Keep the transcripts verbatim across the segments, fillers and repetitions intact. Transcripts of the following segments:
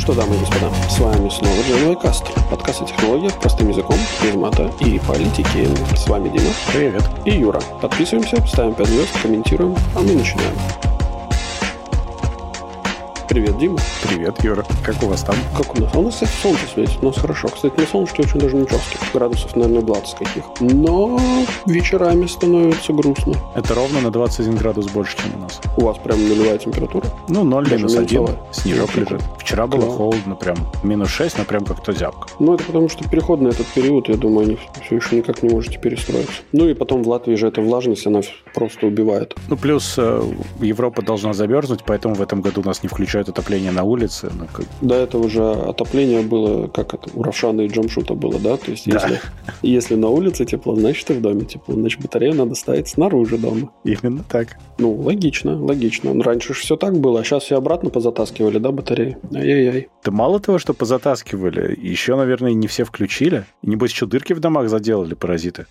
что, дамы и господа, с вами снова GenYcast, подкаст о технологиях простым языком, без мата и политики. С вами Дима. Привет. И Юра. Подписываемся, ставим пять звезд, комментируем, а мы начинаем. Привет, Дима. Привет, Юра. Как у вас там? Как у нас? А у нас, кстати, солнце светит. У нас хорошо. Кстати, на солнышке очень даже ничего. Градусов, наверное, двадцать каких. Но вечерами становится грустно. Это ровно на двадцать один градус больше, чем у нас. У вас прям нулевая температура? Ну, ноль Даже минус один. минусовая. Снежок Ну, лежит. Вчера было класс. холодно прям. Минус шесть, но прям как-то зябко. Ну, это потому что переходный этот период, я думаю, они все еще никак не можете перестроиться. Ну, и потом в Латвии же эта влажность, она просто убивает. Ну, плюс э, Европа должна замерзнуть, поэтому в этом году нас не включают отопление на улице. Ну, как... До этого же отопление было, как это, у Равшана и Джамшута было, да? То есть, Да. если, если на улице тепло, значит, и в доме тепло. Значит, батарею надо ставить снаружи дома. Именно так. Ну, логично, логично. Ну, раньше же все так было, а сейчас все обратно позатаскивали, да, батареи? Ай-яй-яй. Да мало того, что позатаскивали, еще, наверное, не все включили. И, небось, еще дырки в домах заделали паразиты.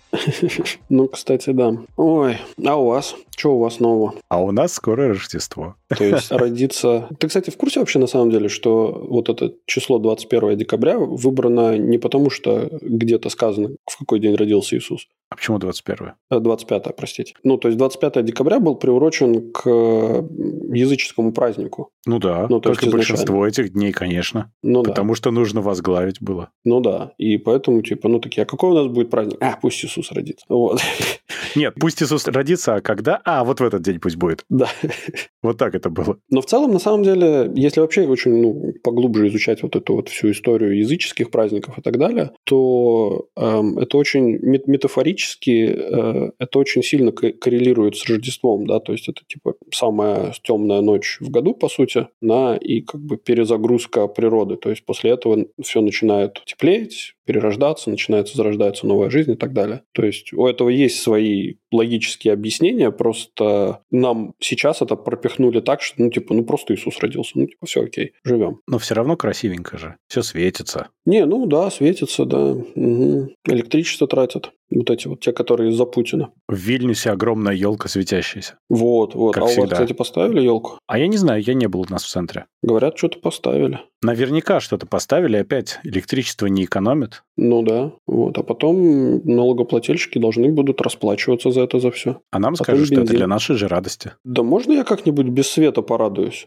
Ну, кстати, да. Ой, а у вас? Что у вас нового? А у нас скоро Рождество. То есть родиться... Ты, кстати, в курсе вообще на самом деле, что вот это число двадцать первого декабря выбрано не потому, что где-то сказано, в какой день родился Иисус? А почему двадцать первое? Э, двадцать пятое, простите. Ну, то есть двадцать пятое декабря был приурочен к языческому празднику. Ну да, Ну, то только есть большинство этих дней, конечно. Ну да. Потому что нужно возглавить было. Ну да. И поэтому, типа, ну такие, а какой у нас будет праздник? А, пусть Иисус родится. Вот. Нет, пусть Иисус родится, а когда? А, вот в этот день пусть будет. Да. Вот так это было. Но в целом, на самом деле, если вообще очень ну, поглубже изучать вот эту вот всю историю языческих праздников и так далее, то эм, это очень мет- метафорически, э, это очень сильно ко- коррелирует с Рождеством, да, то есть это типа самая темная ночь в году, по сути, на и как бы перезагрузка природы, то есть после этого все начинает теплеть, перерождаться, начинается, зарождается новая жизнь и так далее. То есть у этого есть свои логические объяснения, просто нам сейчас это пропихнули так, что, ну, типа, ну, просто Иисус родился, ну, типа, все окей, живем. Но все равно красивенько же. Все светится. Не, ну, да, светится, да. Угу. Электричество тратят. Вот эти вот, те, которые из-за Путина. В Вильнюсе огромная елка светящаяся. Вот, вот. Как а у всегда. вас, кстати, поставили елку? А я не знаю, я не был у нас в центре. Говорят, что-то поставили. Наверняка что-то поставили, опять электричество не экономит. Ну да, вот. А потом налогоплательщики должны будут расплачиваться за это, за все. А нам Потом скажут, что это бензин. для нашей же радости. Да можно я как-нибудь без света порадуюсь?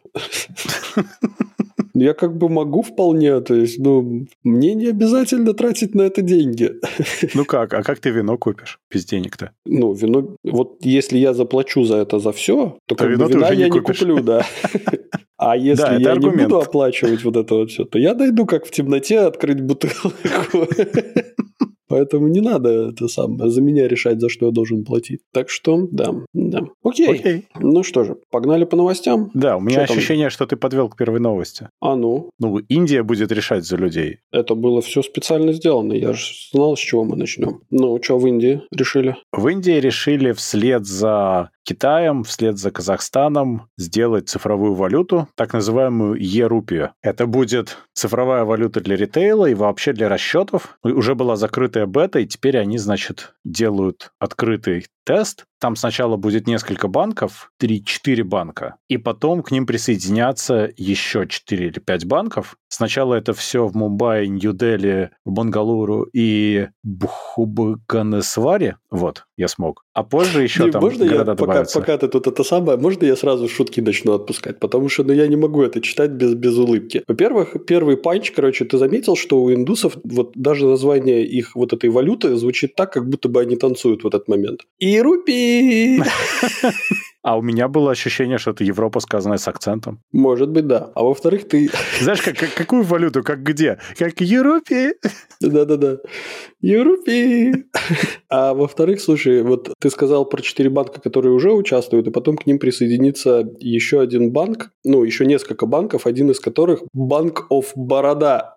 Я как бы могу вполне, то есть, ну, мне не обязательно тратить на это деньги. Ну как? А как ты вино купишь без денег-то? Ну, вино, вот если я заплачу за это за все, то как вино бы ты вина уже не я не купишь. куплю, да. А если Да, это я не аргумент. буду оплачивать вот это вот все, то я дойду как в темноте открыть бутылку. Поэтому не надо это самое, за меня решать, за что я должен платить. Так что, да, да. Окей. Окей. Ну что же, погнали по новостям. Да, у меня Чё там? ощущение, что ты подвел к первой новости. А ну, Ну, Индия будет решать за людей. это было все специально сделано. Я же знал, с чего мы начнем. Ну, что в Индии решили? В Индии решили вслед за Китаем, вслед за Казахстаном сделать цифровую валюту, так называемую Е-рупию. Это будет цифровая валюта для ритейла и вообще для расчетов. Уже была закрытая бета, и теперь они, значит, делают открытый тест. Там сначала будет несколько банков, три-четыре банка, и потом к ним присоединятся еще четыре или пять банков. Сначала это все в Мумбаи, Нью-Дели, в Бангалуру и Бхубанесваре. Вот, я смог. А позже еще Дим, там можно города я, пока, добавятся. пока ты тут это самое, можно я сразу шутки начну отпускать? Потому что ну, я не могу это читать без, без улыбки. Во-первых, первый панч, короче, ты заметил, что у индусов вот даже название их вот этой валюты звучит так, как будто бы они танцуют в этот момент. И рупии! А у меня было ощущение, что это Европа, сказанная с акцентом. Может быть, да. А во-вторых, ты... Знаешь, как, как- какую валюту, как где? Как Европе. Да-да-да. Европи! А во-вторых, слушай, вот ты сказал про четыре банка, которые уже участвуют, и потом к ним присоединится еще один банк, ну, еще несколько банков, один из которых Банк оф Борода.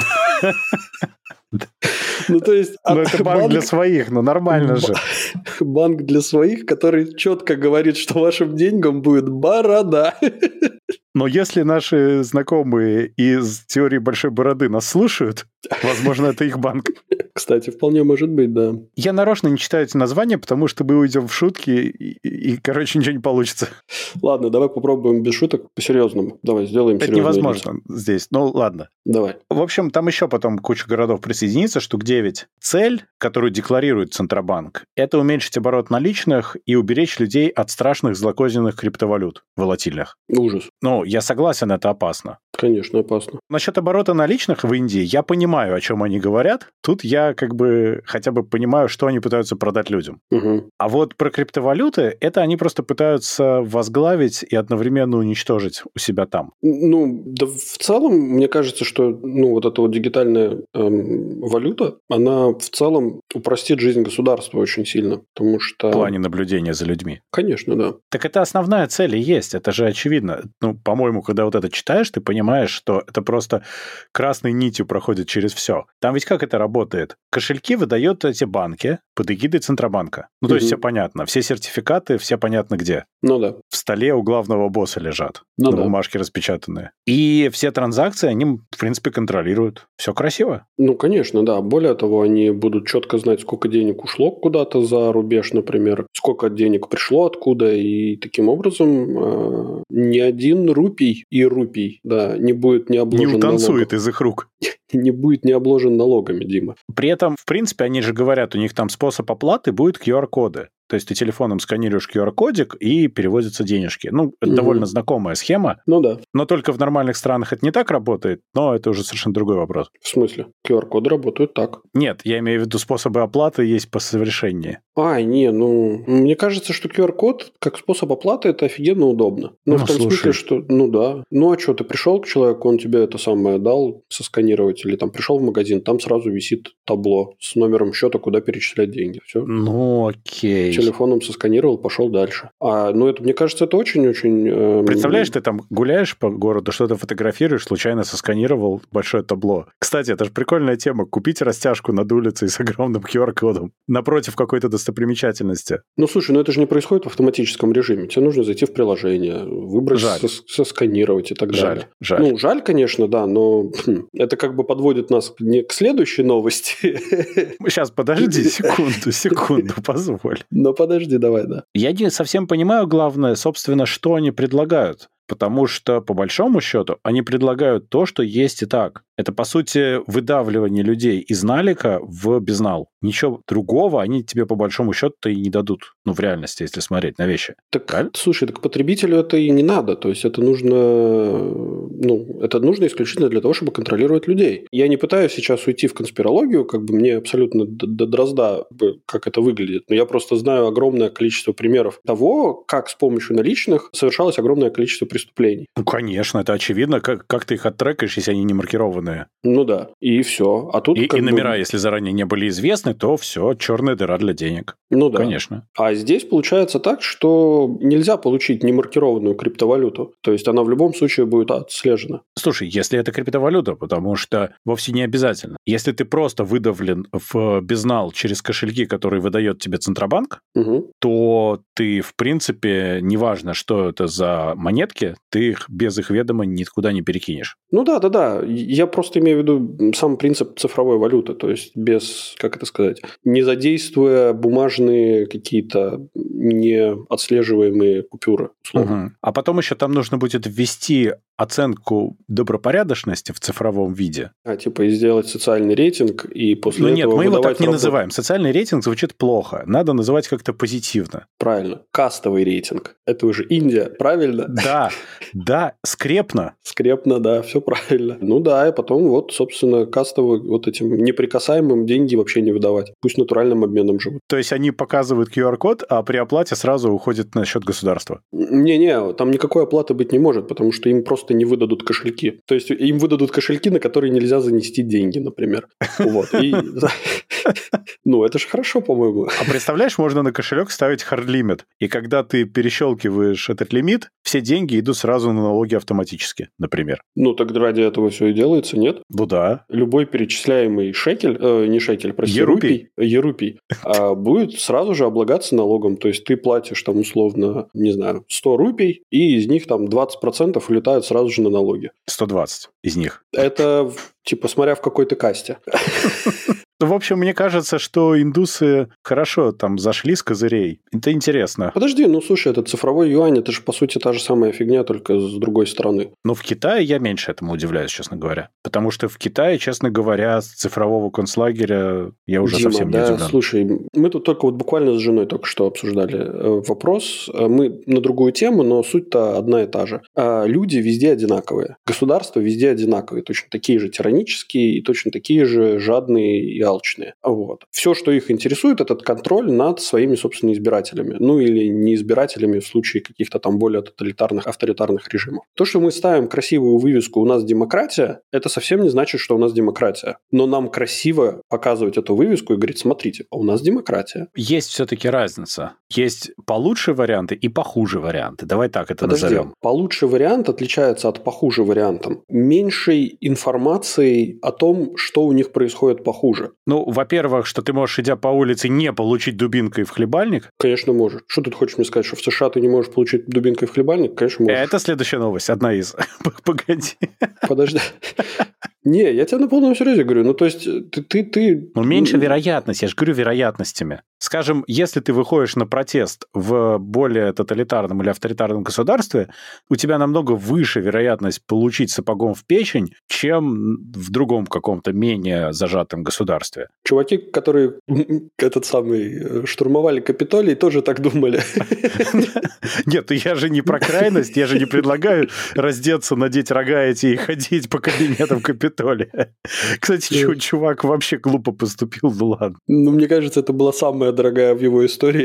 Ну, то есть... Ну, это банк для своих, ну нормально же. Банк для своих, который четко говорит, что вашим деньгам будет борода. Но если наши знакомые из теории большой бороды нас слушают, возможно, это их банк. Кстати, вполне может быть, да. Я нарочно не читаю эти названия, потому что мы уйдем в шутки, и, и, и короче, ничего не получится. Ладно, давай попробуем без шуток по-серьезному. Давай, сделаем Это серьезные невозможно лица. здесь. Ну, ладно. Давай. В общем, там еще потом куча городов присоединится, штук девять. Цель, которую декларирует Центробанк, это уменьшить оборот наличных и уберечь людей от страшных злокозненных криптовалют волатильных. Ужас. Ну, я согласен, это опасно. Конечно, опасно. Насчет оборота наличных в Индии я понимаю, о чем они говорят. Тут я как бы хотя бы понимаю, что они пытаются продать людям. Угу. А вот про криптовалюты, это они просто пытаются возглавить и одновременно уничтожить у себя там. Ну, да в целом, мне кажется, что ну, вот эта вот дигитальная эм, валюта, она в целом упростит жизнь государства очень сильно, потому что... В плане наблюдения за людьми. Конечно, да. Так это основная цель и есть, это же очевидно. Ну, по-моему, когда вот это читаешь, ты понимаешь, что это просто красной нитью проходит через все. Там ведь как это работает? Кошельки выдают эти банки под эгидой Центробанка. Ну, то Угу. есть все понятно. Все сертификаты, все понятно где. Ну да. В столе у главного босса лежат, Ну на да. бумажке распечатанные. И все транзакции они, в принципе, контролируют. Все красиво. Ну, конечно, да. Более того, они будут четко знать, сколько денег ушло куда-то за рубеж, например, сколько денег пришло откуда, и таким образом э, ни один рупий и рупий, да, не будет не Не обложен утанцует налогом. из их рук. Не будет не обложен налогами, Дима. При этом, в принципе, они же говорят, у них там способ оплаты будет ку ар-коды. То есть ты телефоном сканируешь ку ар-кодик и переводятся денежки. Ну, это Мгм. довольно знакомая схема, Ну да. но только в нормальных странах это не так работает, но это уже совершенно другой вопрос. В смысле? ку ар-коды работают так. Нет, я имею в виду способы оплаты есть посовершеннее. А, не, ну, мне кажется, что ку ар-код как способ оплаты это офигенно удобно. Ну, Ну, в том слушай. смысле, что, ну да. Ну, а что, ты пришел к человеку, он тебе это самое дал сосканировать, или там пришел в магазин, там сразу висит табло с номером счета, куда перечислять деньги. Все. Ну, окей. Телефоном сосканировал, пошел дальше. А, ну, это, мне кажется, это очень-очень... эм, Представляешь, ты там гуляешь по городу, что-то фотографируешь, случайно сосканировал большое табло. Кстати, это же прикольная тема. Купить растяжку над улицей с огромным ку ар-кодом напротив какой-то достопримечательности. Ну, слушай, ну это же не происходит в автоматическом режиме. Тебе нужно зайти в приложение, выбрать, Жаль. сос- сосканировать и так Жаль, далее. жаль. Ну, жаль, конечно, да, но хм, это как бы подводит нас к- не к следующей новости. Сейчас, подожди секунду, секунду, позволь. Но подожди, давай, да. Я не совсем понимаю, главное, собственно, что они предлагают. Потому что, по большому счету, они предлагают то, что есть и так. Это, по сути, выдавливание людей из налика в безнал. Ничего другого они тебе, по большому счету-то и не дадут. Ну, в реальности, если смотреть на вещи. Так, Правильно? слушай, так потребителю это и не надо. То есть, это нужно, ну, это нужно исключительно для того, чтобы контролировать людей. Я не пытаюсь сейчас уйти в конспирологию, как бы мне абсолютно до до дрозда, бы, как это выглядит. Но я просто знаю огромное количество примеров того, как с помощью наличных совершалось огромное количество преступлений. Ну, конечно, это очевидно. Как, как ты их оттрекаешь, если они не маркированные? Ну да, и все. А тут И, как и бы- номера, если заранее не были известны, то все, черная дыра для денег. Ну да. Конечно. А здесь получается так, что нельзя получить немаркированную криптовалюту. То есть она в любом случае будет отслежена. Слушай, если это криптовалюта, потому что вовсе не обязательно. Если ты просто выдавлен в безнал через кошельки, которые выдает тебе Центробанк, Угу. то ты, в принципе, неважно, что это за монетки, ты их без их ведома никуда не перекинешь. Ну да, да, да. Я просто имею в виду сам принцип цифровой валюты. То есть без, как это сказать, не задействуя бумажные какие-то неотслеживаемые купюры. условно. Мгм. А потом еще там нужно будет ввести оценку добропорядочности в цифровом виде. А типа и сделать социальный рейтинг, и после Ну этого нет, мы его выдавать так не работу. называем. Социальный рейтинг звучит плохо. Надо называть как-то позитивно. Правильно. Кастовый рейтинг. Это уже Индия, правильно? Да, да, скрепно. Скрепно, да, все правильно. Ну да, и потом вот, собственно, кастовый вот этим неприкасаемым деньги вообще не выдавать. Пусть натуральным обменом живут. То есть они показывают ку ар-код, а при оплате сразу уходит на счет государства. Не-не, там никакой оплаты быть не может, потому что им просто не выдадут кошельки. То есть им выдадут кошельки, на которые нельзя занести деньги, например. Вот. И... Ну, это же хорошо, по-моему. А представляешь, можно на кошелек ставить хард-лимит, и когда ты перещелкиваешь этот лимит, все деньги идут сразу на налоги автоматически, например. Ну, так ради этого все и делается, нет? Ну да. Любой перечисляемый шекель, э, не шекель, прости, Ерупий. рупий, ерупий, а, будет сразу же облагаться налогом. То есть ты платишь там условно, не знаю, сто рупий, и из них там двадцать процентов улетают сразу же на налоги. сто двадцать из них. Это, в- типа, смотря в какой ты касте. Ну, в общем, мне кажется, что индусы хорошо там зашли с козырей. Это интересно. Подожди, ну, слушай, это цифровой юань, это же, по сути, та же самая фигня, только с другой стороны. Но в Китае я меньше этому удивляюсь, честно говоря. Потому что в Китае, честно говоря, с цифрового концлагеря я уже Дима, совсем да, не удивлен. Слушай, мы тут только вот буквально с женой только что обсуждали вопрос. Мы на другую тему, но суть-то одна и та же. Люди везде одинаковые. Государства везде одинаковые. Точно такие же тиранические и точно такие же жадные и алчные. Вот. Все, что их интересует, этот контроль над своими, собственно, избирателями. Ну, или не избирателями в случае каких-то там более тоталитарных, авторитарных режимов. То, что мы ставим красивую вывеску «У нас демократия», это совсем не значит, что у нас демократия. Но нам красиво показывать эту вывеску и говорить: смотрите, у нас демократия. Есть все-таки разница. Есть получше варианты и похуже варианты. Давай так это Подожди, назовем. Получше вариант отличается от похуже варианта меньшей информацией о том, что у них происходит похуже. Ну, во-первых, что ты можешь, идя по улице, не получить дубинкой в хлебальник. Конечно, можешь. Что тут хочешь мне сказать, что в США ты не можешь получить дубинкой в хлебальник? Конечно, можешь. Это следующая новость, одна из. Погоди. Подожди. Не, я тебе на полном серьезе говорю. Ну, то есть, ты... ты, ты... Ну, меньше вероятность, я же говорю вероятностями. Скажем, если ты выходишь на протест в более тоталитарном или авторитарном государстве, у тебя намного выше вероятность получить сапогом в печень, чем в другом каком-то менее зажатом государстве. Чуваки, которые этот самый штурмовали Капитолий, тоже так думали. Нет, я же не про крайность, я же не предлагаю раздеться, надеть рога эти и ходить по кабинетам Капитолия. Кстати, чувак вообще глупо поступил, ну ладно. Ну, мне кажется, это была самая дорогая в его истории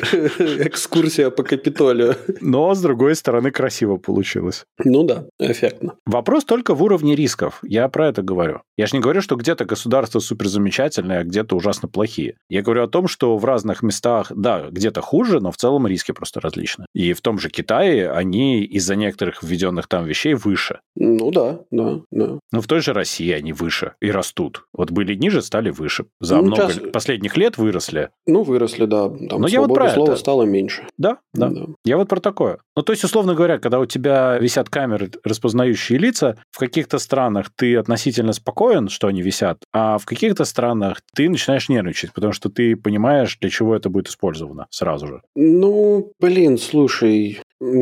экскурсия по Капитолию. Но, с другой стороны, красиво получилось. Ну да, эффектно. Вопрос только в уровне рисков. Я про это говорю. Я же не говорю, что где-то государства суперзамечательные, а где-то ужасно плохие. Я говорю о том, что в разных местах, да, где-то хуже, но в целом риски просто различны. И в том же Китае они из-за некоторых введенных там вещей выше. Ну да, да, да. Но в той же России они выше и растут. Вот были ниже, стали выше. За ну, много сейчас... последних лет выросли. Ну, выросли, да. Там Но я вот про слова это. стало меньше. Да, да, да. Я вот про такое. Ну, то есть, условно говоря, когда у тебя висят камеры, распознающие лица, в каких-то странах ты относительно спокоен, что они висят, а в каких-то странах ты начинаешь нервничать, потому что ты понимаешь, для чего это будет использовано сразу же. Ну, блин, слушай...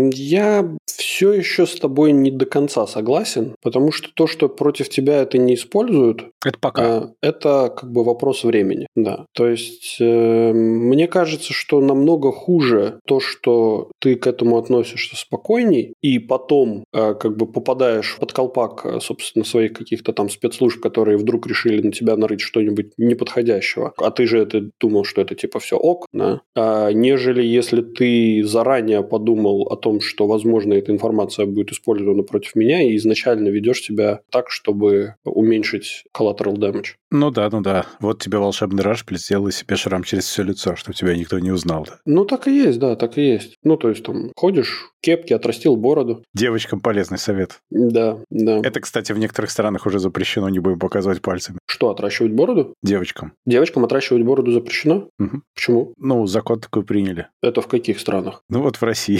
Я все еще с тобой не до конца согласен, потому что то, что против тебя это не используют, это пока. Это как бы вопрос времени, да. То есть э, мне кажется, что намного хуже то, что ты к этому относишься спокойней, и потом э, как бы попадаешь под колпак, собственно, своих каких-то там спецслужб, которые вдруг решили на тебя нарыть что-нибудь неподходящего, а ты же это думал, что это типа все ок, да, а, нежели если ты заранее подумал о том, что, возможно, эта информация будет использована против меня, и изначально ведешь себя так, чтобы уменьшить collateral damage. Ну да, ну да. Вот тебе волшебный рашпиль, сделай себе шрам через все лицо, чтобы тебя никто не узнал. Да? Ну, так и есть, да, так и есть. Ну, то есть, там, ходишь, кепки, отрастил бороду. Девочкам полезный совет. Да, да. Это, кстати, в некоторых странах уже запрещено, не будем показывать пальцами. Что, отращивать бороду? Девочкам. Девочкам отращивать бороду запрещено? Угу. Почему? Ну, закон такой приняли. Это в каких странах? Ну, вот в России.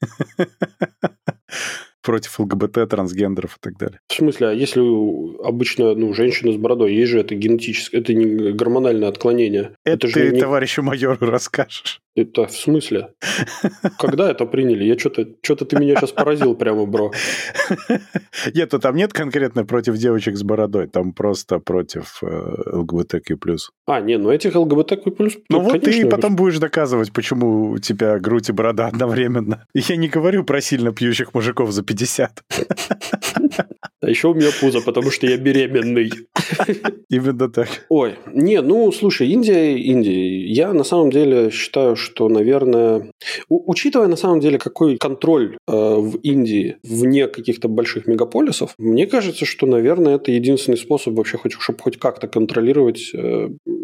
Против ЛГБТ, трансгендеров и так далее. В смысле, а если обычно, ну, женщина с бородой, есть же это генетическое, это не гормональное отклонение. Это, это ты не... товарищу майору расскажешь. Это в смысле? Когда это приняли? Я что-то, что-то ты меня сейчас поразил прямо, бро. Нет, там нет конкретно против девочек с бородой, там просто против ЛГБТК+. А, не, ну этих ЛГБТК+. Ну вот ты потом будешь доказывать, почему у тебя грудь и борода одновременно. Я не говорю про сильно пьющих мужиков за пятьдесят. А еще у меня пузо, потому что я беременный. Именно так. Ой, не, ну, слушай, Индия, Индия. Я на самом деле считаю, что, наверное, у- учитывая на самом деле, какой контроль э, в Индии вне каких-то больших мегаполисов, мне кажется, что, наверное, это единственный способ вообще, хоть, чтобы хоть как-то контролировать э,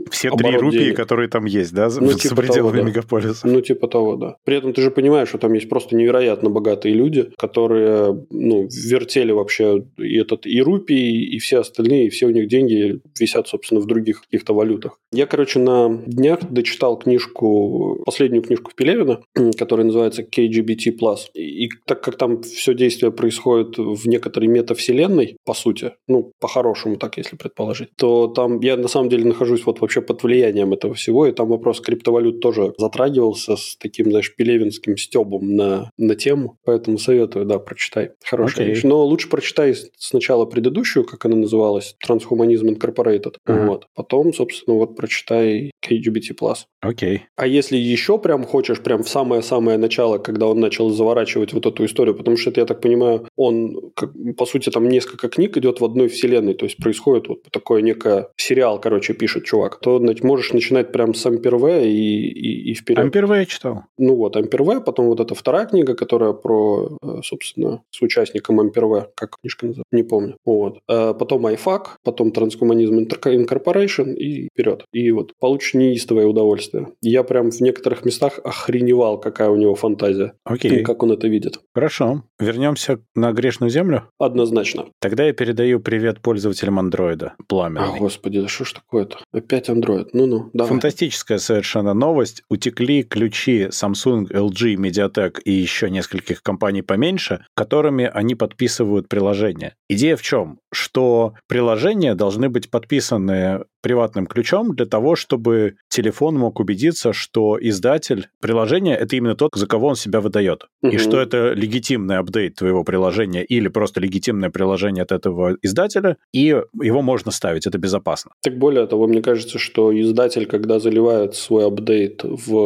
Все три рупии, денег. Которые там есть, да, ну, за типа пределами того, да. мегаполиса. Ну, типа того, да. При этом ты же понимаешь, что там есть просто невероятно богатые люди, которые, ну, вертели вообще и этот, и рупии, и все остальные, и все у них деньги висят, собственно, в других каких-то валютах. Я, короче, на днях дочитал книжку, последнюю книжку Пелевина, которая называется кей джи би ти плюс. И так как там все действие происходит в некоторой метавселенной, по сути, ну, по-хорошему так, если предположить, то там я на самом деле нахожусь вот вообще под влиянием этого всего, и там вопрос криптовалют тоже затрагивался с таким, знаешь, пелевинским стёбом на, на тему, поэтому советую, да, прочитай. Хорошая okay. вещь. Но лучше прочитай сначала предыдущую, как она называлась, Transhumanism Incorporated, uh-huh. вот. Потом, собственно, вот прочитай кей джи би ти плюс. Окей. Okay. А если еще прям хочешь, прям в самое-самое начало, когда он начал заворачивать вот эту историю, потому что это, я так понимаю, он, как, по сути, там несколько книг идет в одной вселенной, то есть происходит вот такое некое сериал, короче, пишет чувак, то значит, можешь начинать прям с Ампер-В и, и, и вперед. Ампер-В я читал. Ну вот, Ампер-В, потом вот эта вторая книга, которая про, собственно, с участником Ампер-В, как книжка называется, не помню. Вот. А потом айфак, потом Transhumanism Incorporation и вперед. И вот получишь неистовое удовольствие. Я прям в некоторых местах охреневал, какая у него фантазия. Окей. И как он это видит. Хорошо. Вернемся на грешную землю? Однозначно. Тогда я передаю привет пользователям андроида. Пламенный. О, господи, да что ж такое-то? Опять андроид. Ну-ну, давай. Фантастическая совершенно новость. Утекли ключи Samsung, эл джи, Mediatek и еще нескольких компаний поменьше, которыми они подписывают приложения. Идея в чем? Что приложения должны быть подписаны приватным ключом для того, чтобы телефон мог убедиться, что издатель приложения — это именно тот, за кого он себя выдает. Угу. И что это легитимный апдейт твоего приложения или просто легитимное приложение от этого издателя, и его можно ставить, это безопасно. Так более того, мне кажется, что издатель, когда заливает свой апдейт в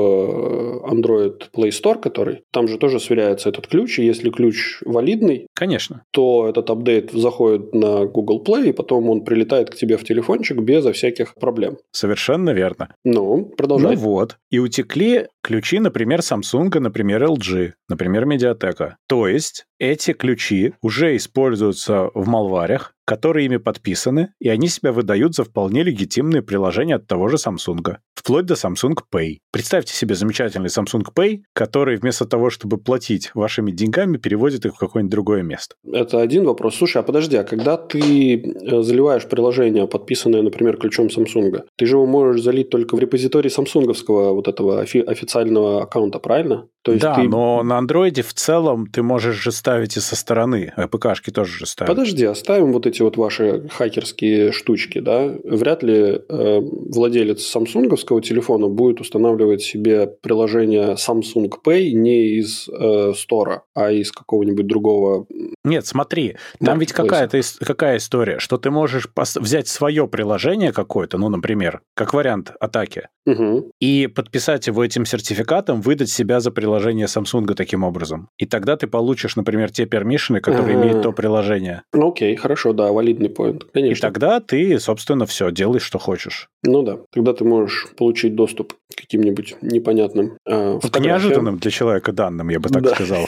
Android Play Store, который, там же тоже сверяется этот ключ, и если ключ валидный, конечно, то этот апдейт заходит на Google Play, и потом он прилетает к тебе в телефончик безо всяких проблем. Совершенно верно. Ну, продолжай. Ну вот. И утекли ключи, например, Samsung, например, эл джи, например, Mediatek. То есть эти ключи уже используются в малварях, которые ими подписаны, и они себя выдают за вполне легитимные приложения от того же Samsung, вплоть до Samsung Pay. Представьте себе замечательный Samsung Pay, который вместо того, чтобы платить вашими деньгами, переводит их в какое-нибудь другое место. Это один вопрос. Слушай, а подожди, а когда ты заливаешь приложение, подписанное, например, ключом Samsung, ты же его можешь залить только в репозитории самсунговского вот этого офи- официального аккаунта, правильно? То есть да, ты... но на андроиде в целом ты можешь же ставить и со стороны, а пэ ка-шки тоже же ставят. Подожди, оставим вот эти вот ваши хакерские штучки, да? Вряд ли э, владелец самсунговского телефона будет устанавливать себе приложение Samsung Pay не из э, стора, а из какого-нибудь другого... Нет, смотри, там ведь какая-то, какая история, что ты можешь пос- взять свое приложение какое-то, ну, например, как вариант атаки, угу. и подписать его этим сертификатом, выдать себя за приложение Samsung таким образом. И тогда ты получишь, например, те пермишины, которые ага. имеет то приложение. Ну, окей, хорошо, да, валидный поинт, конечно. И тогда ты, собственно, все, делаешь, что хочешь. Ну да, тогда ты можешь получить доступ к каким-нибудь непонятным э, к неожиданным для человека данным, я бы так да. сказал.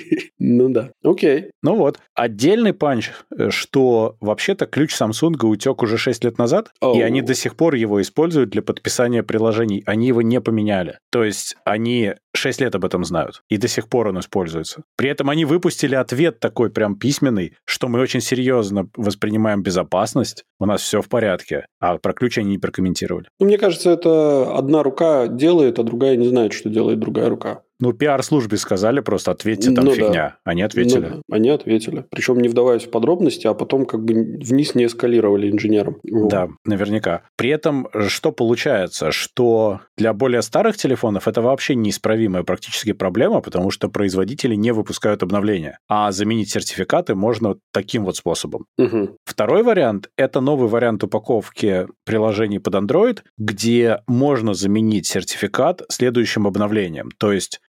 Ну да, окей. Ну вот, отдельный панч, что вообще-то ключ Samsung утек уже шесть лет назад, oh. и они до сих пор его используют для подписания приложений. Они его не поменяли. То есть они шесть лет об этом знают, и до сих пор он используется. При этом они выпустили ответ такой прям письменный, что мы очень серьезно воспринимаем безопасность, у нас все в порядке, а про ключ они не прокомментировали. Ну, мне кажется, это одна рука делает, а другая не знает, что делает другая рука. Ну, пиар-службе сказали просто, ответьте, там ну, фигня. Да. Они ответили. Ну, да. Они ответили. Причем не вдаваясь в подробности, а потом как бы вниз не эскалировали инженерам. Да, наверняка. При этом что получается? Что для более старых телефонов это вообще неисправимая практически проблема, потому что производители не выпускают обновления. А заменить сертификаты можно таким вот способом. Угу. Второй вариант – это новый вариант упаковки приложений под Android, где можно заменить сертификат следующим обновлением. То есть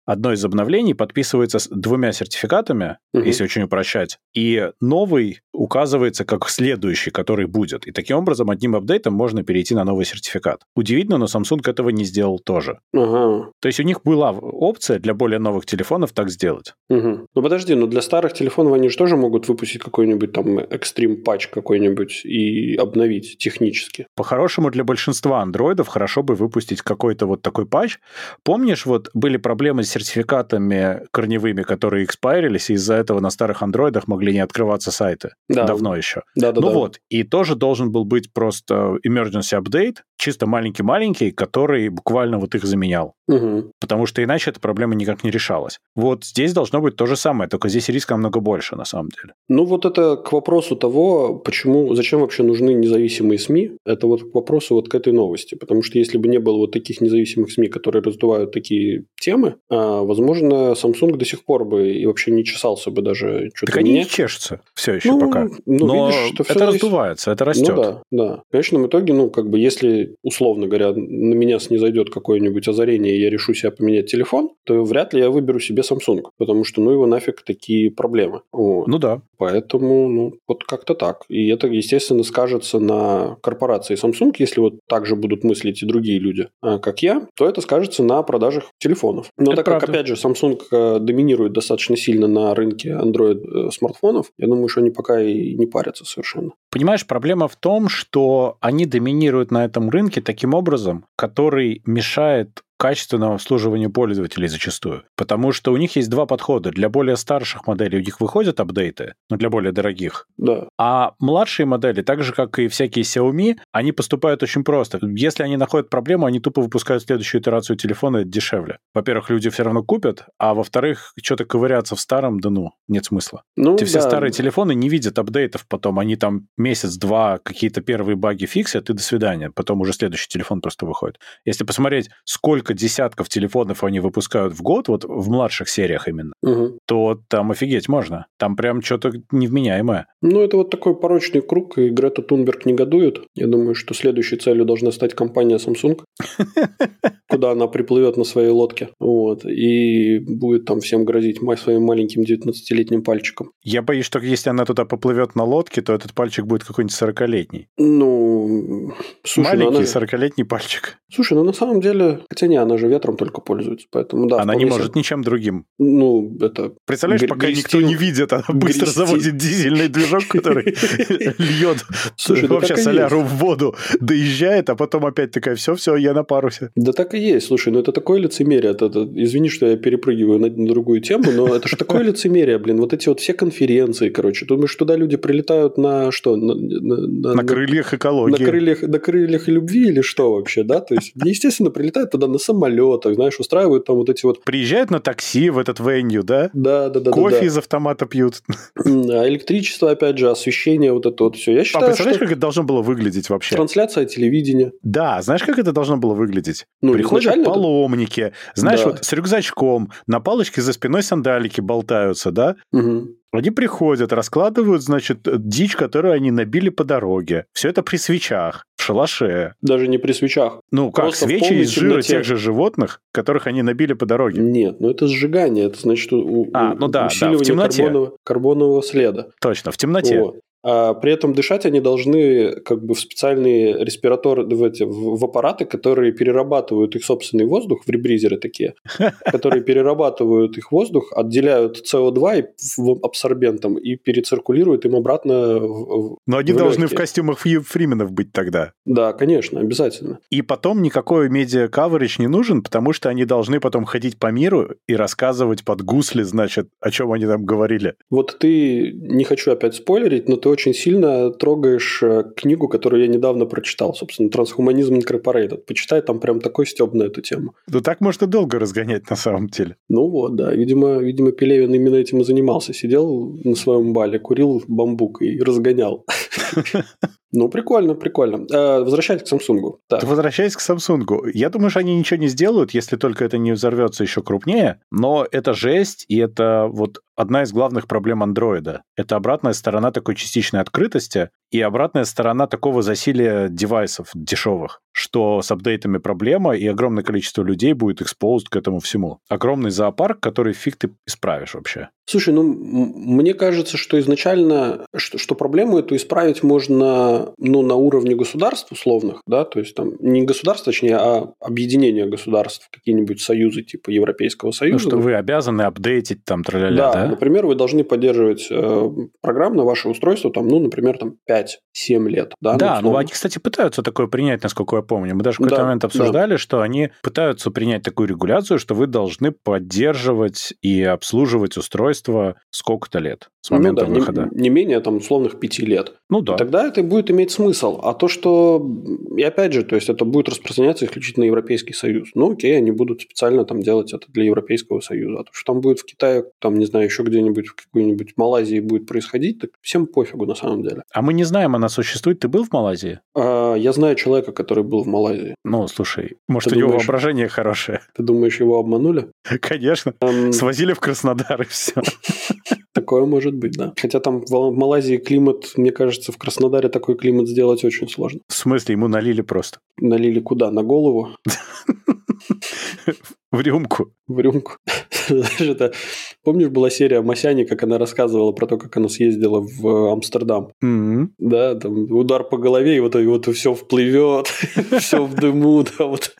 одно из обновлений подписывается с двумя сертификатами, угу. если очень упрощать, и новый указывается как следующий, который будет. И таким образом одним апдейтом можно перейти на новый сертификат. Удивительно, но Samsung этого не сделал тоже. Ага. То есть у них была опция для более новых телефонов так сделать. Угу. Ну подожди, но для старых телефонов они же тоже могут выпустить какой-нибудь там экстрим патч какой-нибудь и обновить технически. По-хорошему для большинства андроидов хорошо бы выпустить какой-то вот такой патч. Помнишь, вот были проблемы с сертификатами корневыми, которые экспайрились, и из-за этого на старых андроидах могли не открываться сайты. Да. Давно еще. Да, да, ну да. вот, и тоже должен был быть просто emergency update, чисто маленький-маленький, который буквально вот их заменял. Угу. Потому что иначе эта проблема никак не решалась. Вот здесь должно быть то же самое, только здесь риск намного больше, на самом деле. Ну, вот это к вопросу того, почему, зачем вообще нужны независимые СМИ, это вот к вопросу вот к этой новости. Потому что если бы не было вот таких независимых СМИ, которые раздувают такие темы, возможно, Samsung до сих пор бы и вообще не чесался бы даже что-то Так они менять. не чешутся все еще ну, пока. Ну, Но видишь, что это все раздувается, это растет. Ну да, да. В конечном итоге, ну, как бы, если, условно говоря, на меня снизойдет какое-нибудь озарение, и я решу себе поменять телефон, то вряд ли я выберу себе Samsung, потому что, ну, его нафиг такие проблемы. Вот. Ну да. Поэтому, ну, вот как-то так. И это, естественно, скажется на корпорации Samsung, если вот так же будут мыслить и другие люди, как я, то это скажется на продажах телефонов. Но это так как, правда. опять же, Samsung доминирует достаточно сильно на рынке Android-смартфонов, я думаю, что они пока и не парятся совершенно. Понимаешь, проблема в том, что они доминируют на этом рынке таким образом, который мешает качественного обслуживания пользователей зачастую. Потому что у них есть два подхода. Для более старших моделей у них выходят апдейты, но для более дорогих. Да. А младшие модели, так же, как и всякие Xiaomi, они поступают очень просто. Если они находят проблему, они тупо выпускают следующую итерацию телефона дешевле. Во-первых, люди все равно купят, а во-вторых, что-то ковыряться в старом, да ну, нет смысла. Ну, Эти все да. старые телефоны не видят апдейтов потом. Они там месяц-два какие-то первые баги фиксят, и до свидания. Потом уже следующий телефон просто выходит. Если посмотреть, сколько десятков телефонов они выпускают в год, вот в младших сериях именно, угу. то там офигеть можно. Там прям что-то невменяемое. Ну, это вот такой порочный круг, и Грета Тунберг негодует. Я думаю, что следующей целью должна стать компания Samsung, куда она приплывет на своей лодке, вот, и будет там всем грозить своим маленьким девятнадцатилетним пальчиком. Я боюсь, что если она туда поплывет на лодке, то этот пальчик будет какой-нибудь сорокалетний. Ну, слушай, маленький ну она... сорокалетний пальчик. Слушай, ну на самом деле, хотя не, она же ветром только пользуется, поэтому да. Она не может себе... ничем другим. Ну, это... Представляешь, пока никто не видит, она быстро заводит дизельный движок, который льет вообще соляру в воду, доезжает, а потом опять такая, все-все, я на парусе. Да так и есть. Слушай, ну это такое лицемерие. Извини, что я перепрыгиваю на другую тему, но это же такое лицемерие, блин. Вот эти вот все конференции, короче. Думаешь, туда люди прилетают на что? На крыльях экологии. На крыльях, на крыльях любви или что вообще, да? То есть, естественно, прилетают туда на самолетах, знаешь, устраивают там вот эти вот... Приезжают на такси в этот венью, да? Да, да, да. Кофе да, из автомата пьют. А электричество, опять же, освещение, вот это вот все. Я считаю, а представляешь, что... как это должно было выглядеть вообще? Трансляция телевидения. Да, знаешь, как это должно было выглядеть? Ну, приходят паломники, это... знаешь, да. вот с рюкзачком, на палочке за спиной сандалики болтаются, да? Угу. Они приходят, раскладывают, значит, дичь, которую они набили по дороге. Все это при свечах, в шалаше. Даже не при свечах. Ну, как, просто свечи из жира тех же животных, которых они набили по дороге. Нет, ну это сжигание, это значит у, а, ну да, усиливание да, в темноте. Карбонового, карбонового следа. Точно, в темноте. Вот. А при этом дышать они должны как бы в специальные респираторы, в, эти, в, в аппараты, которые перерабатывают их собственный воздух, в ребризеры такие, которые перерабатывают их воздух, отделяют си о два абсорбентом и перециркулируют им обратно в Но они должны в костюмах фрименов быть тогда. Да, конечно, обязательно. И потом никакой медиа-каверидж не нужен, потому что они должны потом ходить по миру и рассказывать под гусли, значит, о чем они там говорили. Вот ты, не хочу опять спойлерить, но ты очень сильно трогаешь книгу, которую я недавно прочитал, собственно, «Трансхуманизм Инкорпорейтед». Почитай, там прям такой стёб на эту тему. Ну, так можно долго разгонять на самом деле. Ну вот, да. Видимо, видимо, Пелевин именно этим и занимался. Сидел на своем бале, курил бамбук и разгонял. Ну, прикольно, прикольно. А, возвращаясь к Samsung. Так. Возвращаясь к Samsung. Я думаю, что они ничего не сделают, если только это не взорвется еще крупнее. Но это жесть, и это вот одна из главных проблем андроида. Это обратная сторона такой частичной открытости и обратная сторона такого засилия девайсов дешевых, что с апдейтами проблема, и огромное количество людей будет exposed к этому всему. Огромный зоопарк, который фиг ты исправишь вообще. Слушай, ну, мне кажется, что изначально, что, что проблему эту исправить можно, ну, на уровне государств условных, да, то есть там не государств, точнее, а объединения государств, какие-нибудь союзы типа Европейского Союза. Ну, что вы обязаны апдейтить там тра-ля-ля, да, да? Например, вы должны поддерживать э, программно ваше устройство там, ну, например, там пять-семь лет. Да, да, ну, ну, они, кстати, пытаются такое принять, насколько я помню. Мы даже в какой-то да, момент обсуждали, да. что они пытаются принять такую регуляцию, что вы должны поддерживать и обслуживать устройство сколько-то лет с момента ну, да, выхода. Не, не менее там условных пяти лет. Ну да. И тогда это будет иметь смысл. А то, что... И опять же, то есть это будет распространяться исключительно на Европейский Союз. Ну окей, они будут специально там делать это для Европейского Союза. А то, что там будет в Китае, там, не знаю, еще где-нибудь в какой-нибудь Малайзии будет происходить, так всем пофигу на самом деле. А мы не знаем, она существует. Ты был в Малайзии? А, я знаю человека, который был в Малайзии. Ну, слушай, может, ты у него думаешь, воображение хорошее. Ты думаешь, его обманули? Конечно. Um... Свозили в Краснодар и все. Такое может быть, да. Хотя там в Малайзии климат, мне кажется, в Краснодаре такой климат сделать очень сложно. В смысле, ему налили просто? Налили куда? На голову? В рюмку. В рюмку. это... Помнишь, была серия Масяни, как она рассказывала про то, как она съездила в Амстердам? Mm-hmm. Да, там удар по голове, и вот, и вот все вплывет, все в дыму, да, вот.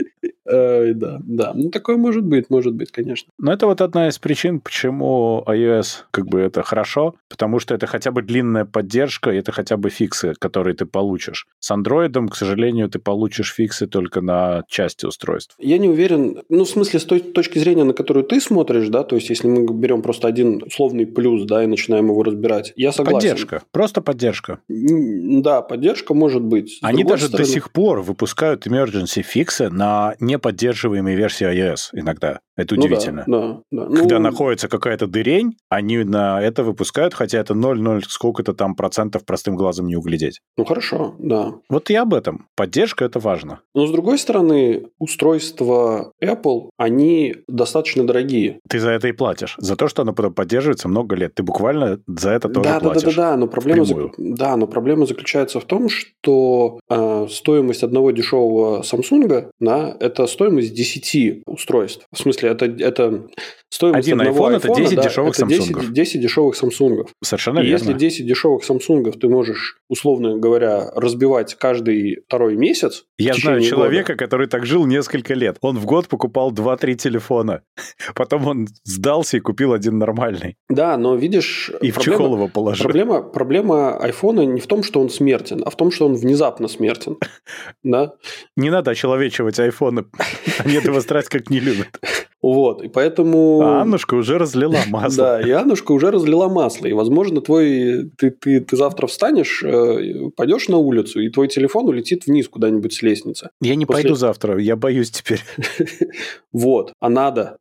Э, да, да. Ну, такое может быть, может быть, конечно. Но это вот одна из причин, почему iOS как бы это хорошо, потому что это хотя бы длинная поддержка, и это хотя бы фиксы, которые ты получишь. С Android, к сожалению, ты получишь фиксы только на части устройств. Я не уверен, ну, в смысле, с той точки зрения, на которую ты смотришь, да, то есть, если мы берем просто один условный плюс, да, и начинаем его разбирать, я согласен. Поддержка, просто поддержка. Да, поддержка может быть. С Они даже стороны... до сих пор выпускают emergency фиксы на неподдерживаемые версии iOS иногда. Это удивительно. Ну, да, да. Когда ну... находится какая-то дырень, они на это выпускают, хотя это ноль целых ноль сколько-то там процентов простым глазом не углядеть. Ну, хорошо, да. Вот и об этом. Поддержка – это важно. Но, с другой стороны, устройства Apple, они достаточно дорогие. Ты за это и платишь. За то, что оно потом поддерживается много лет. Ты буквально за это тоже да, платишь. Да, да, да, да. Но проблема, зак... да, но проблема заключается в том, что э, стоимость одного дешевого Samsung, да, это стоимость десяти устройств. В смысле, это, это стоимость Один одного iPhone – iPhone, это десять да, дешевых это Samsung. десять, десять дешевых Samsung. Совершенно и верно. Если десять дешевых Samsung ты можешь, условно говоря, разбивать каждый второй месяц. Я знаю человека, года. который так жил несколько лет. Он в год покупал два-три телефона. Потом он сдался и купил один нормальный. Да, но видишь... И проблема, в чехол его положил. Проблема, проблема айфона не в том, что он смертен, а в том, что он внезапно смертен. Да? Не надо очеловечивать айфоны. Они этого страсть как не любят. Вот, и поэтому... А Аннушка уже разлила масло. Да, и Аннушка уже разлила масло. И, возможно, твой... ты, ты, ты завтра встанешь, пойдешь на улицу, и твой телефон улетит вниз куда-нибудь с лестницы. Я не После... пойду завтра, я боюсь теперь. Вот, а надо.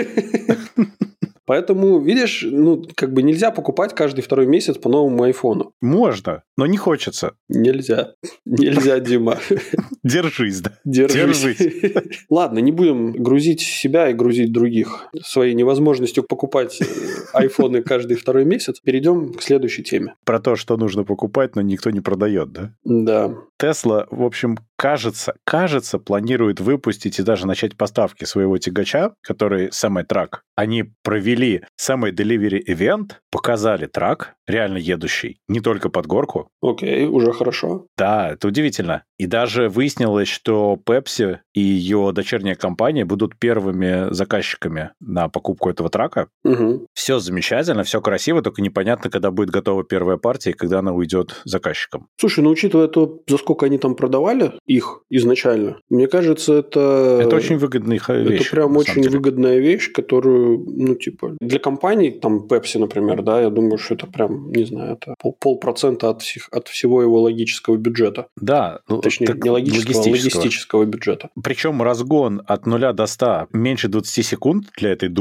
Поэтому, видишь, ну, как бы нельзя покупать каждый второй месяц по новому айфону. Можно, но не хочется. Нельзя. Нельзя, Дима. Держись, да. Держись. Держись. Ладно, не будем грузить себя и грузить других своей невозможностью покупать айфоны каждый второй месяц. Перейдем к следующей теме. Про то, что нужно покупать, но никто не продает, да? Да. Tesla, в общем, кажется, кажется, планирует выпустить и даже начать поставки своего тягача, который Semi-Truck. Они провели Semi-Delivery Event, показали трак, реально едущий, не только под горку. Окей, уже хорошо. Да, это удивительно. И даже выяснилось, что Pepsi и ее дочерняя компания будут первыми заказчиками на покупку этого трака. Угу. Все замечательно, все красиво, только непонятно, когда будет готова первая партия и когда она уйдет заказчикам. Слушай, ну учитывая то, за сколько они там продавали их изначально, мне кажется, это... Это очень выгодная вещь. Это прям очень выгодная вещь, которую, ну, типа, для компаний, там, Pepsi, например, да, я думаю, что это прям, не знаю, это пол, полпроцента от, всех, от всего его логического бюджета. Да. Точнее, не логического, логистического. а логистического бюджета. Причем разгон от нуля до ста меньше двадцати секунд для этой дуры.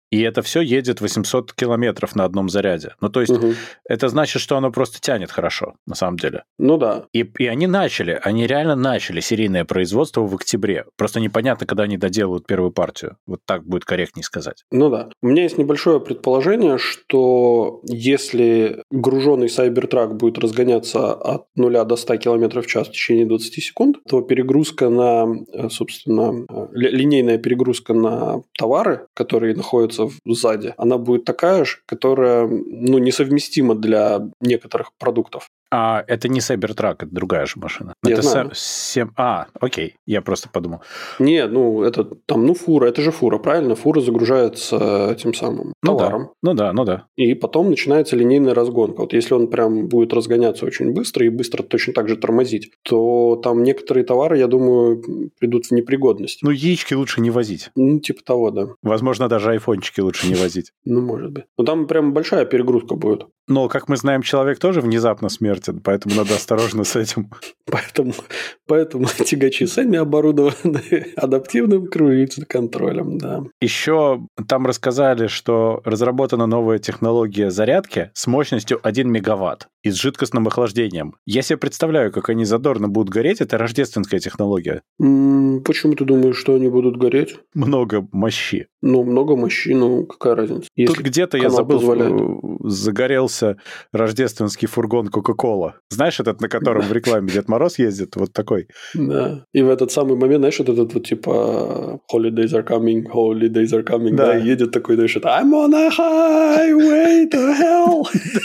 И это все едет восемьсот километров на одном заряде. Ну, то есть, угу. это значит, что оно просто тянет хорошо, на самом деле. Ну да. И, и они начали, они реально начали серийное производство в октябре. Просто непонятно, когда они доделают первую партию. Вот так будет корректнее сказать. Ну да. У меня есть небольшое предположение, что если груженный Cybertruck будет разгоняться от нуля до ста километров в час в течение двадцати секунд, то перегрузка на, собственно, линейная перегрузка на товары, которые находятся сзади, она будет такая же, которая, ну, несовместима для некоторых продуктов. А это не Cybertruck, это другая же машина. Я это знаю. семь... А, окей, я просто подумал. Не, ну, это там, ну, фура, это же фура, правильно? Фура загружается тем самым ну товаром. Да. Ну да, ну да. И потом начинается линейная разгонка. Вот если он прям будет разгоняться очень быстро и быстро точно так же тормозить, то там некоторые товары, я думаю, придут в непригодность. Ну, яички лучше не возить. Ну, типа того, да. Возможно, даже айфончики лучше не возить. Ну, может быть. Но там прям большая перегрузка будет. Но, как мы знаем, человек тоже внезапно смертен, поэтому надо осторожно с этим. Поэтому, поэтому тягачи сами оборудованы адаптивным круиз-контролем, да. Еще там рассказали, что разработана новая технология зарядки с мощностью один мегаватт и с жидкостным охлаждением. Я себе представляю, как они задорно будут гореть. Это рождественская технология. М-м, почему ты думаешь, что они будут гореть? Много мощи. Ну, много мощи, ну, какая разница? Тут где-то, я забыл, позволяет. загорелся рождественский фургон Coca-Cola. Знаешь, этот, на котором в рекламе Дед Мороз ездит? Вот такой. Да. И в этот самый момент, знаешь, вот этот вот типа holidays are coming, holidays are coming, да, да и едет такой, знаешь, I'm on a highway to hell.